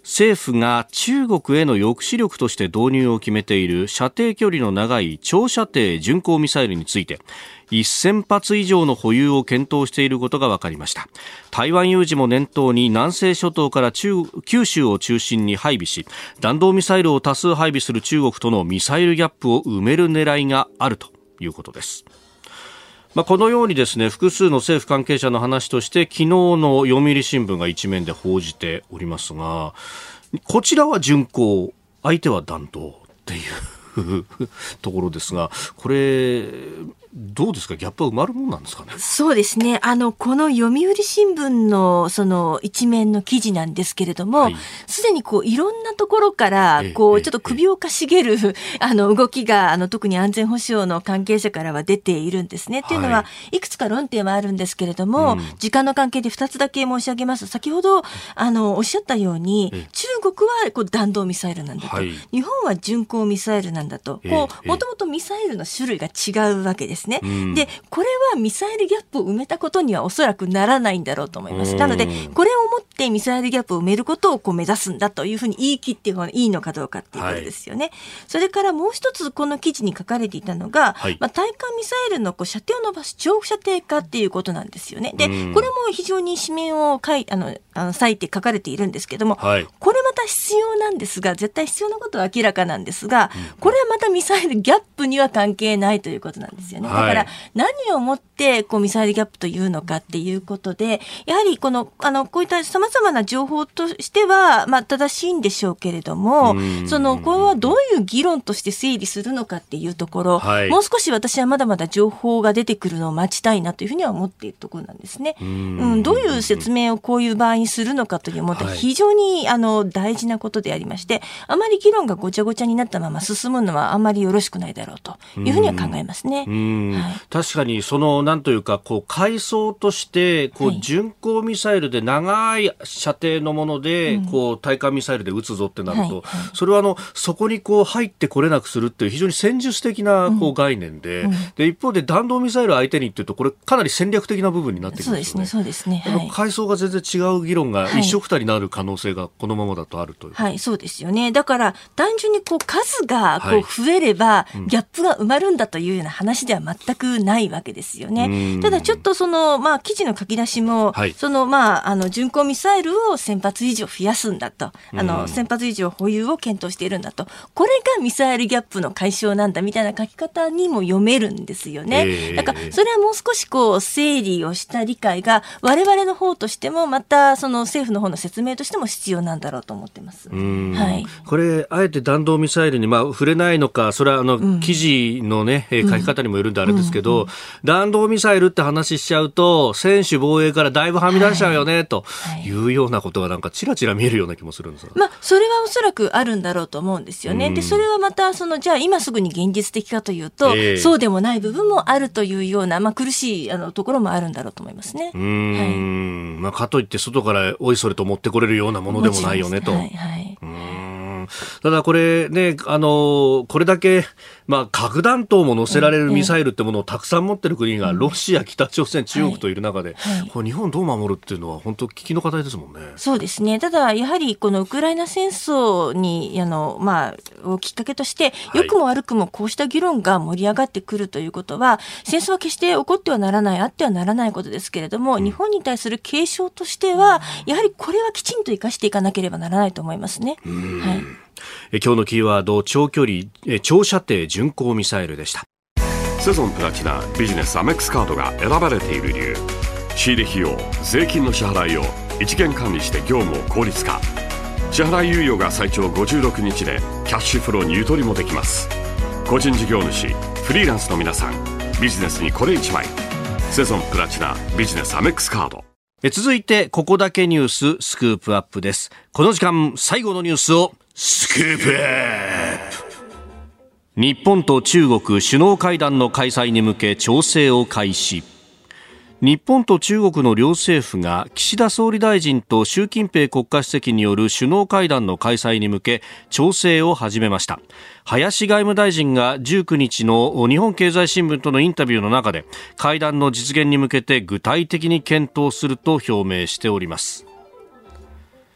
政府が中国への抑止力として導入を決めている射程距離の長い長射程巡航ミサイルについて1000発以上の保有を検討していることが分かりました。台湾有事も念頭に南西諸島から九州を中心に配備し、弾道ミサイルを多数配備する中国とのミサイルギャップを埋める狙いがあるということです。このようにですね、複数の政府関係者の話として昨日の読売新聞が一面で報じておりますが、こちらは巡航、相手は弾道っていうところですが、これどうですか、ギャップは埋まるものなんですかね。 そうですね。この読売新聞のその一面の記事なんですけれども、すでにいろんなところからちょっと首をかしげる動きが特に安全保障の関係者からは出ているんですね。というのは、いくつか論点はあるんですけれども、時間の関係で2つだけ申し上げます。先ほどおっしゃったように、中国は弾道ミサイルなんだと、日本は巡航ミサイルなんだと、もともとミサイルの種類が違うわけですね。で、これはミサイルギャップを埋めたことにはおそらくならないんだろうと思います。なので、これをもってミサイルギャップを埋めることを目指すんだというふうに言い切っていいのかどうかっていうことですよね。それからもう一つこの記事に書かれていたのが、対艦ミサイルの射程を伸ばす長射程化っていうことなんですよね。で、これも非常に紙面を割いて書かれているんですけども、これまた必要なんですが、絶対必要なことは明らかなんですが、これはまたミサイルギャップには関係ないということなんですよね。だから何をもってミサイルギャップというのかっていうことで、やはりこういった様々な情報としては正しいんでしょうけれども、これはどういう議論として整理するのかっていうところ、もう少し私はまだまだ情報が出てくるのを待ちたいなというふうには思っているところなんですね。どういう説明をこういう場合にするのかというものは非常に大事なことでありまして、あまり議論がごちゃごちゃになったまま進むのはあまりよろしくないだろうというふうには考えますね。 確かになんというか階層として巡航ミサイルで長い射程のもので対艦ミサイルで撃つぞってなると、それはそこに入ってこれなくするっていう非常に戦術的な概念で、一方で弾道ミサイル相手にっていうとこれかなり戦略的な部分になってきますよね。 そうですね。 階層が全然違う議論が一緒くたになる可能性がこのままだとあるという。 そうですよね。だから単純に数が増えればギャップが埋まるんだというような話では全くないわけですよね。ただちょっと記事の書き出しも、巡航ミサイルを1000発以上増やすんだと、1000発以上保有を検討しているんだと、これがミサイルギャップの解消なんだみたいな書き方にも読めるんですよね。だからそれはもう少し整理をした理解が我々の方としてもまた政府の方の説明としても必要なんだろうと思ってます。 これあえて弾道ミサイルに触れないのか、それは記事のね、書き方にもよるんであれですけど、弾道ミサイルって話しちゃうと専守防衛からだいぶはみ出しちゃうよね、というようなことがなんかちらちら見えるような気もするんですが、 それはおそらくあるんだろうと思うんですよね。でそれはまたじゃあ今すぐに現実的かというと、そうでもない部分もあるというような、苦しいところもあるんだろうと思いますね。 かといって外からおいそれと持ってこれるようなものでもないよねと。ただこれね、これだけ、核弾頭も乗せられるミサイルってものをたくさん持ってる国がロシア、北朝鮮、中国といる中で、これ日本どう守るっていうのは本当危機の課題ですもんね。 そうですね。ただやはりこのウクライナ戦争にをきっかけとして良くも悪くもこうした議論が盛り上がってくるということは、戦争は決して起こってはならない、あってはならないことですけれども、日本に対する警鐘としてはやはりこれはきちんと生かしていかなければならないと思いますね。 今日のキーワード、長射程巡航ミサイルでした。 セゾンプラチナビジネスアメックスカードが選ばれている理由、仕入れ費用、税金の支払いを一元管理して業務を効率化、支払い猶予が最長56日でキャッシュフローにゆとりもできます。個人事業主、フリーランスの皆さん、ビジネスにこれ一枚、セゾンプラチナビジネスアメックスカード。 続いてここだけニューススクープアップです。この時間最後のニュースをスクープアップ。日本と中国首脳会談の開催に向け調整を開始。日本と中国の両政府が岸田総理大臣と習近平国家主席による首脳会談の開催に向け調整を始めました。林外務大臣が19日の日本経済新聞とのインタビューの中で、会談の実現に向けて具体的に検討すると表明しております。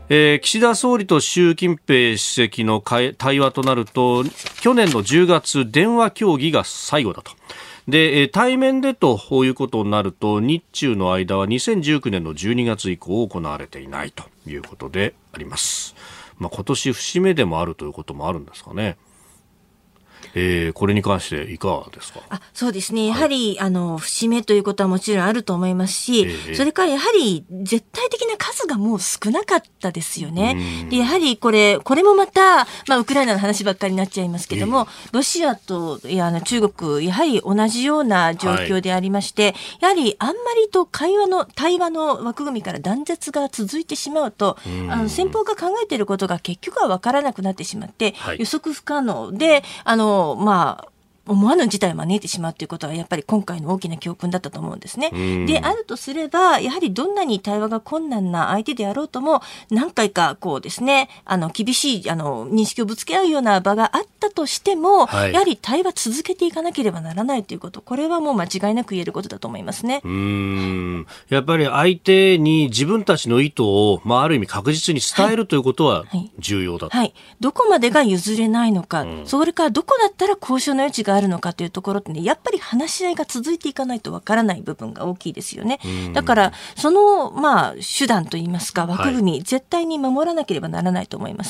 岸田総理と習近平主席の対話となると、去年の10月電話協議が最後だと。で、対面でということになると、日中の間は2019年の12月以降行われていないということであります。今年節目でもあるということもあるんですかね。これに関していかがですか？ そうですね。やはり、節目ということはもちろんあると思いますし、それからやはり絶対的な数がもう少なかったですよね。で、やはりこれもまた、ウクライナの話ばっかりになっちゃいますけども、ロシアと中国、やはり同じような状況でありまして、やはりあんまりと対話の枠組みから断絶が続いてしまうと、先方が考えていることが結局は分からなくなってしまって、予測不可能で、思わぬ事態を招いてしまうということはやっぱり今回の大きな教訓だったと思うんですね。であるとすれば、やはりどんなに対話が困難な相手であろうとも、何回かこうですね、厳しい認識をぶつけ合うような場があったとしても、やはり対話続けていかなければならないということ、これはもう間違いなく言えることだと思いますね。 やっぱり相手に自分たちの意図を、ある意味確実に伝えるということは重要だと。 どこまでが譲れないのか、それからどこだったら交渉の余地があるのかというところってね、やっぱり話し合いが続いていかないとわからない部分が大きいですよね。だからその手段といいますか枠組み、絶対に守らなければならないと思います。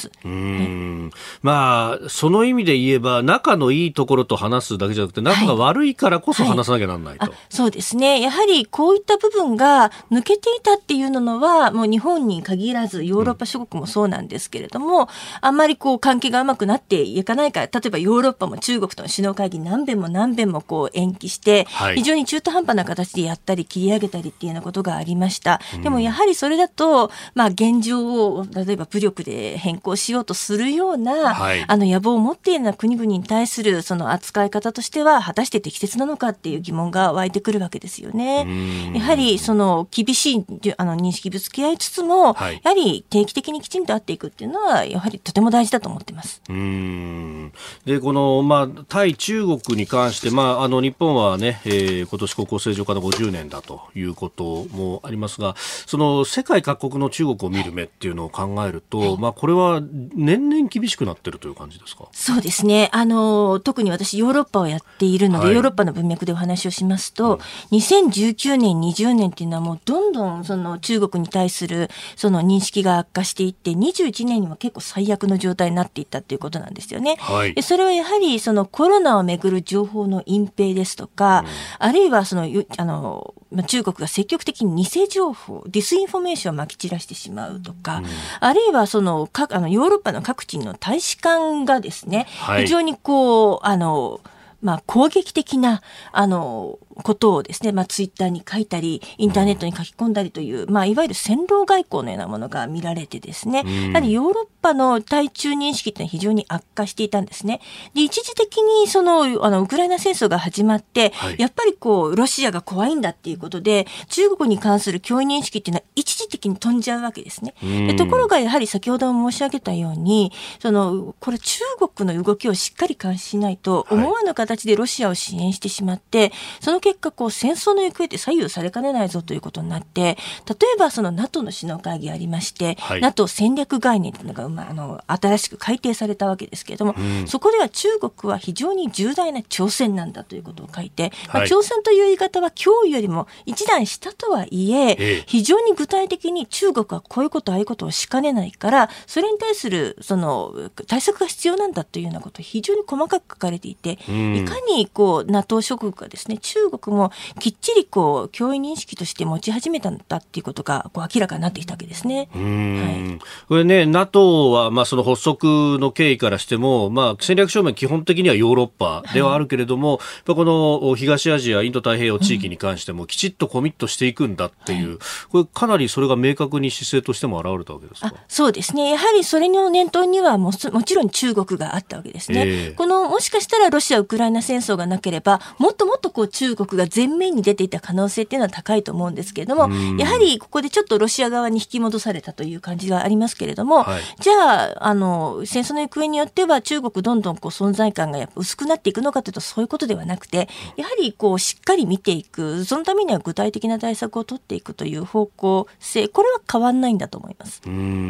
その意味で言えば、仲のいいところと話すだけじゃなくて、仲が悪いからこそ話さなきゃならないと。 そうですね。やはりこういった部分が抜けていたっていうのは、もう日本に限らずヨーロッパ諸国もそうなんですけれども、あんまり関係がうまくなっていかないから、例えばヨーロッパも中国との首脳会議何遍も延期して、非常に中途半端な形でやったり切り上げたりっていうようなことがありました。でもやはりそれだと、現状を例えば武力で変更しようとするような、野望を持っているような国々に対するその扱い方としては果たして適切なのかっていう疑問が湧いてくるわけですよね。やはりその厳しい認識ぶつけ合いつつも、やはり定期的にきちんと会っていくっていうのはやはりとても大事だと思ってます。 でこの、対中国に関して、日本はね、今年国交正常化の50年だということもありますが、その世界各国の中国を見る目っていうのを考えると、これは年々厳しくなっているという感じですか？ そうですね。特に私ヨーロッパをやっているので、ヨーロッパの文脈でお話をしますと、2019年20年っていうのはもうどんどんその中国に対するその認識が悪化していって、21年には結構最悪の状態になっていったということなんですよね。それはやはりそのコロナをめぐる情報の隠蔽ですとか、あるいはその中国が積極的に偽情報、ディスインフォメーションをまき散らしてしまうとか、あるいはそのヨーロッパの各地の大使館がですね、非常に攻撃的なことをですね、ツイッターに書いたりインターネットに書き込んだりという、いわゆる戦狼外交のようなものが見られてですね、やはりヨーロッパの対中認識というのは非常に悪化していたんですね。で、一時的にウクライナ戦争が始まって、やっぱりロシアが怖いんだっていうことで中国に関する脅威認識っていうのは一時的に飛んじゃうわけですね。でところがやはり先ほども申し上げたように、これ中国の動きをしっかり監視しないと、思わぬ形でロシアを支援してしまって、その結果戦争の行方って左右されかねないぞということになって、例えばNATO の首脳会議ありまして、NATO 戦略概念というのが新しく改定されたわけですけれども、そこでは中国は非常に重大な挑戦なんだということを書いて、挑戦という言い方は脅威よりも一段下とはいえ、非常に具体的に中国はこういうことああいうことをしかねないから、それに対する対策が必要なんだというようなことを非常に細かく書かれていて、いかにNATO 諸国がですね、中国もきっちり脅威認識として持ち始めたんだっていうことが明らかになってきたわけですね。 これね、NATO はその発足の経緯からしても、戦略正面基本的にはヨーロッパではあるけれども、この東アジアインド太平洋地域に関してもきちっとコミットしていくんだっていう、これかなりそれが明確に姿勢としても現れたわけですか？ そうですね。やはりそれの念頭にはもちろん中国があったわけですね。もしかしたらロシア・ウクライナ戦争がなければ、もっともっと中国が前面に出ていた可能性っていうのは高いと思うんですけれども、やはりここでちょっとロシア側に引き戻されたという感じがありますけれども、じゃあ、戦争の行方によっては中国どんどん存在感がやっぱ薄くなっていくのかというとそういうことではなくて、やはりしっかり見ていく、そのためには具体的な対策を取っていくという方向性、これは変わんないんだと思います。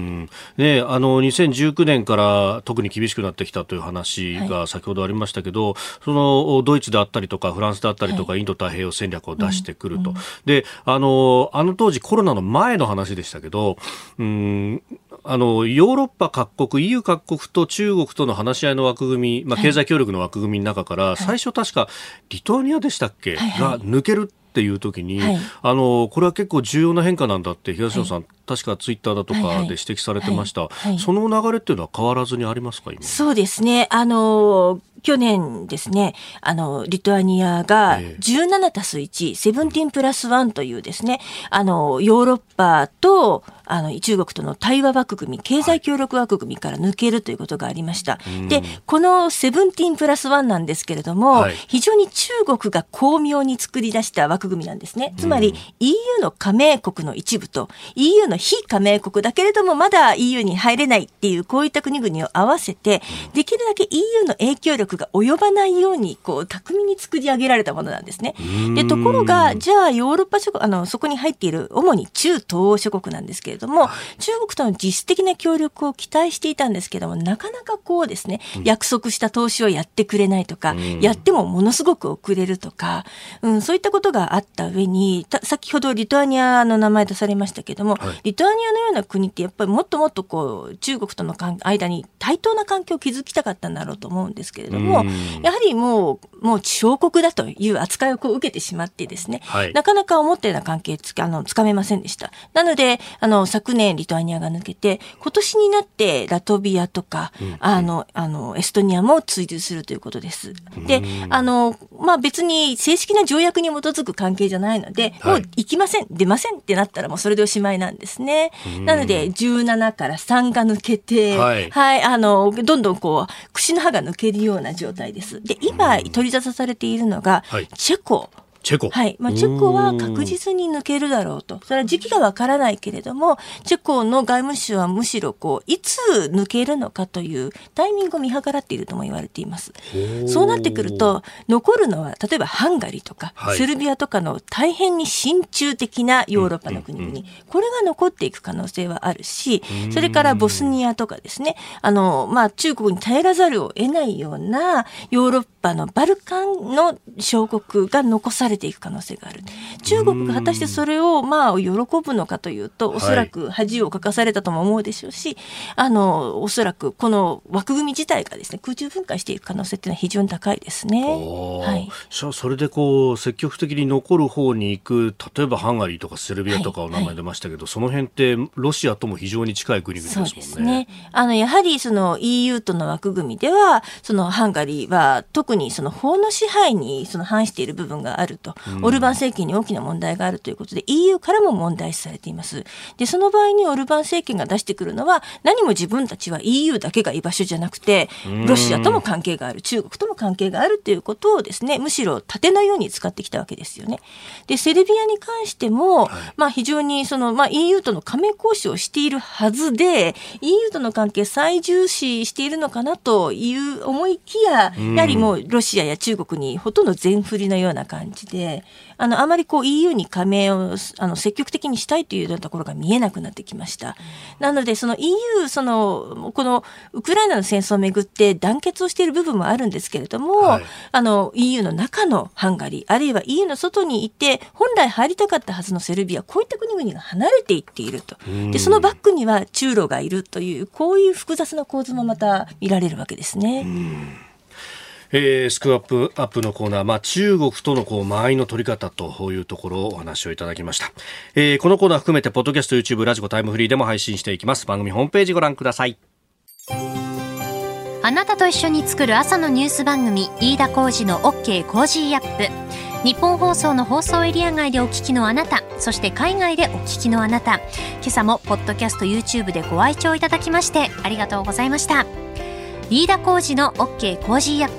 2019年から特に厳しくなってきたという話が先ほどありましたけど、そのドイツであったりとかフランスであったりとか、インド太平洋戦略を出してくると、であの当時コロナの前の話でしたけど、ヨーロッパ各国 EU 各国と中国との話し合いの枠組み、経済協力の枠組みの中から、最初確かリトアニアでしたっけ、が抜けるっていう時に、これは結構重要な変化なんだって東野さん、確かツイッターだとかで指摘されてました、その流れっていうのは変わらずにありますか？今そうですね、去年ですね、リトアニアが17たす1、17プラス1というですね、ヨーロッパと中国との対話枠組み、経済協力枠組みから抜けるということがありました。で、この17プラス1なんですけれども、非常に中国が巧妙に作り出した枠組みなんですね。つまり EU の加盟国の一部と EU の非加盟国だけれどもまだ EU に入れないっていう、こういった国々を合わせて、できるだけ EU の影響力が及ばないように巧みに作り上げられたものなんですね。で、ところがじゃあヨーロッパ諸国、そこに入っている主に中東欧諸国なんですけれども、中国との実質的な協力を期待していたんですけども、なかなかですね、約束した投資をやってくれないとか、やってもものすごく遅れるとか、そういったことがあった上に、先ほどリトアニアの名前出されましたけども、リトアニアのような国ってやっぱりもっともっと中国との間に対等な関係を築きたかったんだろうと思うんですけれども、やはりもう小国だという扱いを受けてしまってですね、なかなか思ったような関係つかめませんでした。なので昨年リトアニアが抜けて、今年になってラトビアとか、エストニアも追随するということです。で、別に正式な条約に基づく関係じゃないので、もう行きません、出ませんってなったらもうそれでおしまいなんですね。なので17から3が抜けて、どんどん串の刃が抜けるような状態です。で、今取り沙汰されているのが、チェコ。チェコは確実に抜けるだろうと。それは時期がわからないけれども、チェコの外務省はむしろいつ抜けるのかというタイミングを見計らっているとも言われています。そうなってくると、残るのは例えばハンガリーとか、セルビアとかの大変に親中的なヨーロッパの国々、これが残っていく可能性はあるし、それからボスニアとかですね、中国に頼らざるを得ないようなヨーロッパのバルカンの小国が残されていく可能性がある。中国が果たしてそれを喜ぶのかというと、おそらく恥をかかされたとも思うでしょうし、おそらくこの枠組み自体がですね、空中分解していく可能性というのは非常に高いですね。 それで積極的に残る方に行く、例えばハンガリーとかセルビアとかお名前出ましたけど、その辺ってロシアとも非常に近い国々ですもんね。 そうですね。やはりEU との枠組みでは、ハンガリーは特に法の支配に反している部分があると、オルバン政権に大きな問題があるということで EU からも問題視されています。で、その場合にオルバン政権が出してくるのは、何も自分たちは EU だけが居場所じゃなくて、ロシアとも関係がある、中国とも関係があるということをですね、むしろ盾のように使ってきたわけですよね。で、セルビアに関しても、非常にEU との加盟交渉をしているはずで、EU との関係最重視しているのかなという思いきや、やはりもうロシアや中国にほとんど全振りのような感じで、あまりEU に加盟を積極的にしたいというようなところが見えなくなってきました。なのでEU このウクライナの戦争をめぐって団結をしている部分もあるんですけれども、EU の中のハンガリー、あるいは EU の外にいて本来入りたかったはずのセルビア、こういった国々が離れていっていると。で、そのバックには中ロがいるという、こういう複雑な構図もまた見られるわけですね。 スクープアップのコーナー、中国との間合いの取り方というところをお話をいただきました。このコーナー含めてポッドキャスト、YouTube、ラジコ、タイムフリーでも配信していきます。番組ホームページご覧ください。 あなたと一緒に作る朝のニュース番組、飯田浩司の OK コージーアップ。日本放送の放送エリア外でお聞きのあなた、そして海外でお聞きのあなた、今朝もポッドキャスト YouTube でご愛聴いただきましてありがとうございました。飯田浩司の OK コージーアップ。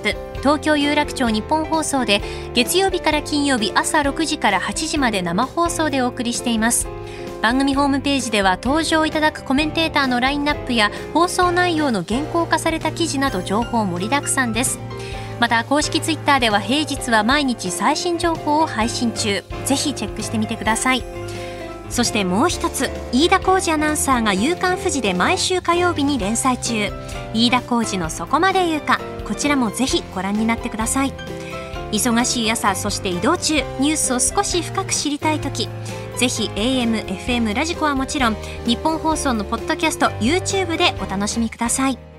東京有楽町日本放送で月曜日から金曜日朝6時から8時まで生放送でお送りしています。番組ホームページでは登場いただくコメンテーターのラインナップや放送内容の原稿化された記事など情報盛りだくさんです。また公式ツイッターでは平日は毎日最新情報を配信中、ぜひチェックしてみてください。そしてもう一つ、飯田浩司アナウンサーが夕刊フジで毎週火曜日に連載中、飯田浩司のそこまで言うか、こちらもぜひご覧になってください。忙しい朝、そして移動中、ニュースを少し深く知りたいとき、ぜひ AM、FM、ラジコはもちろん日本放送のポッドキャスト、YouTube でお楽しみください。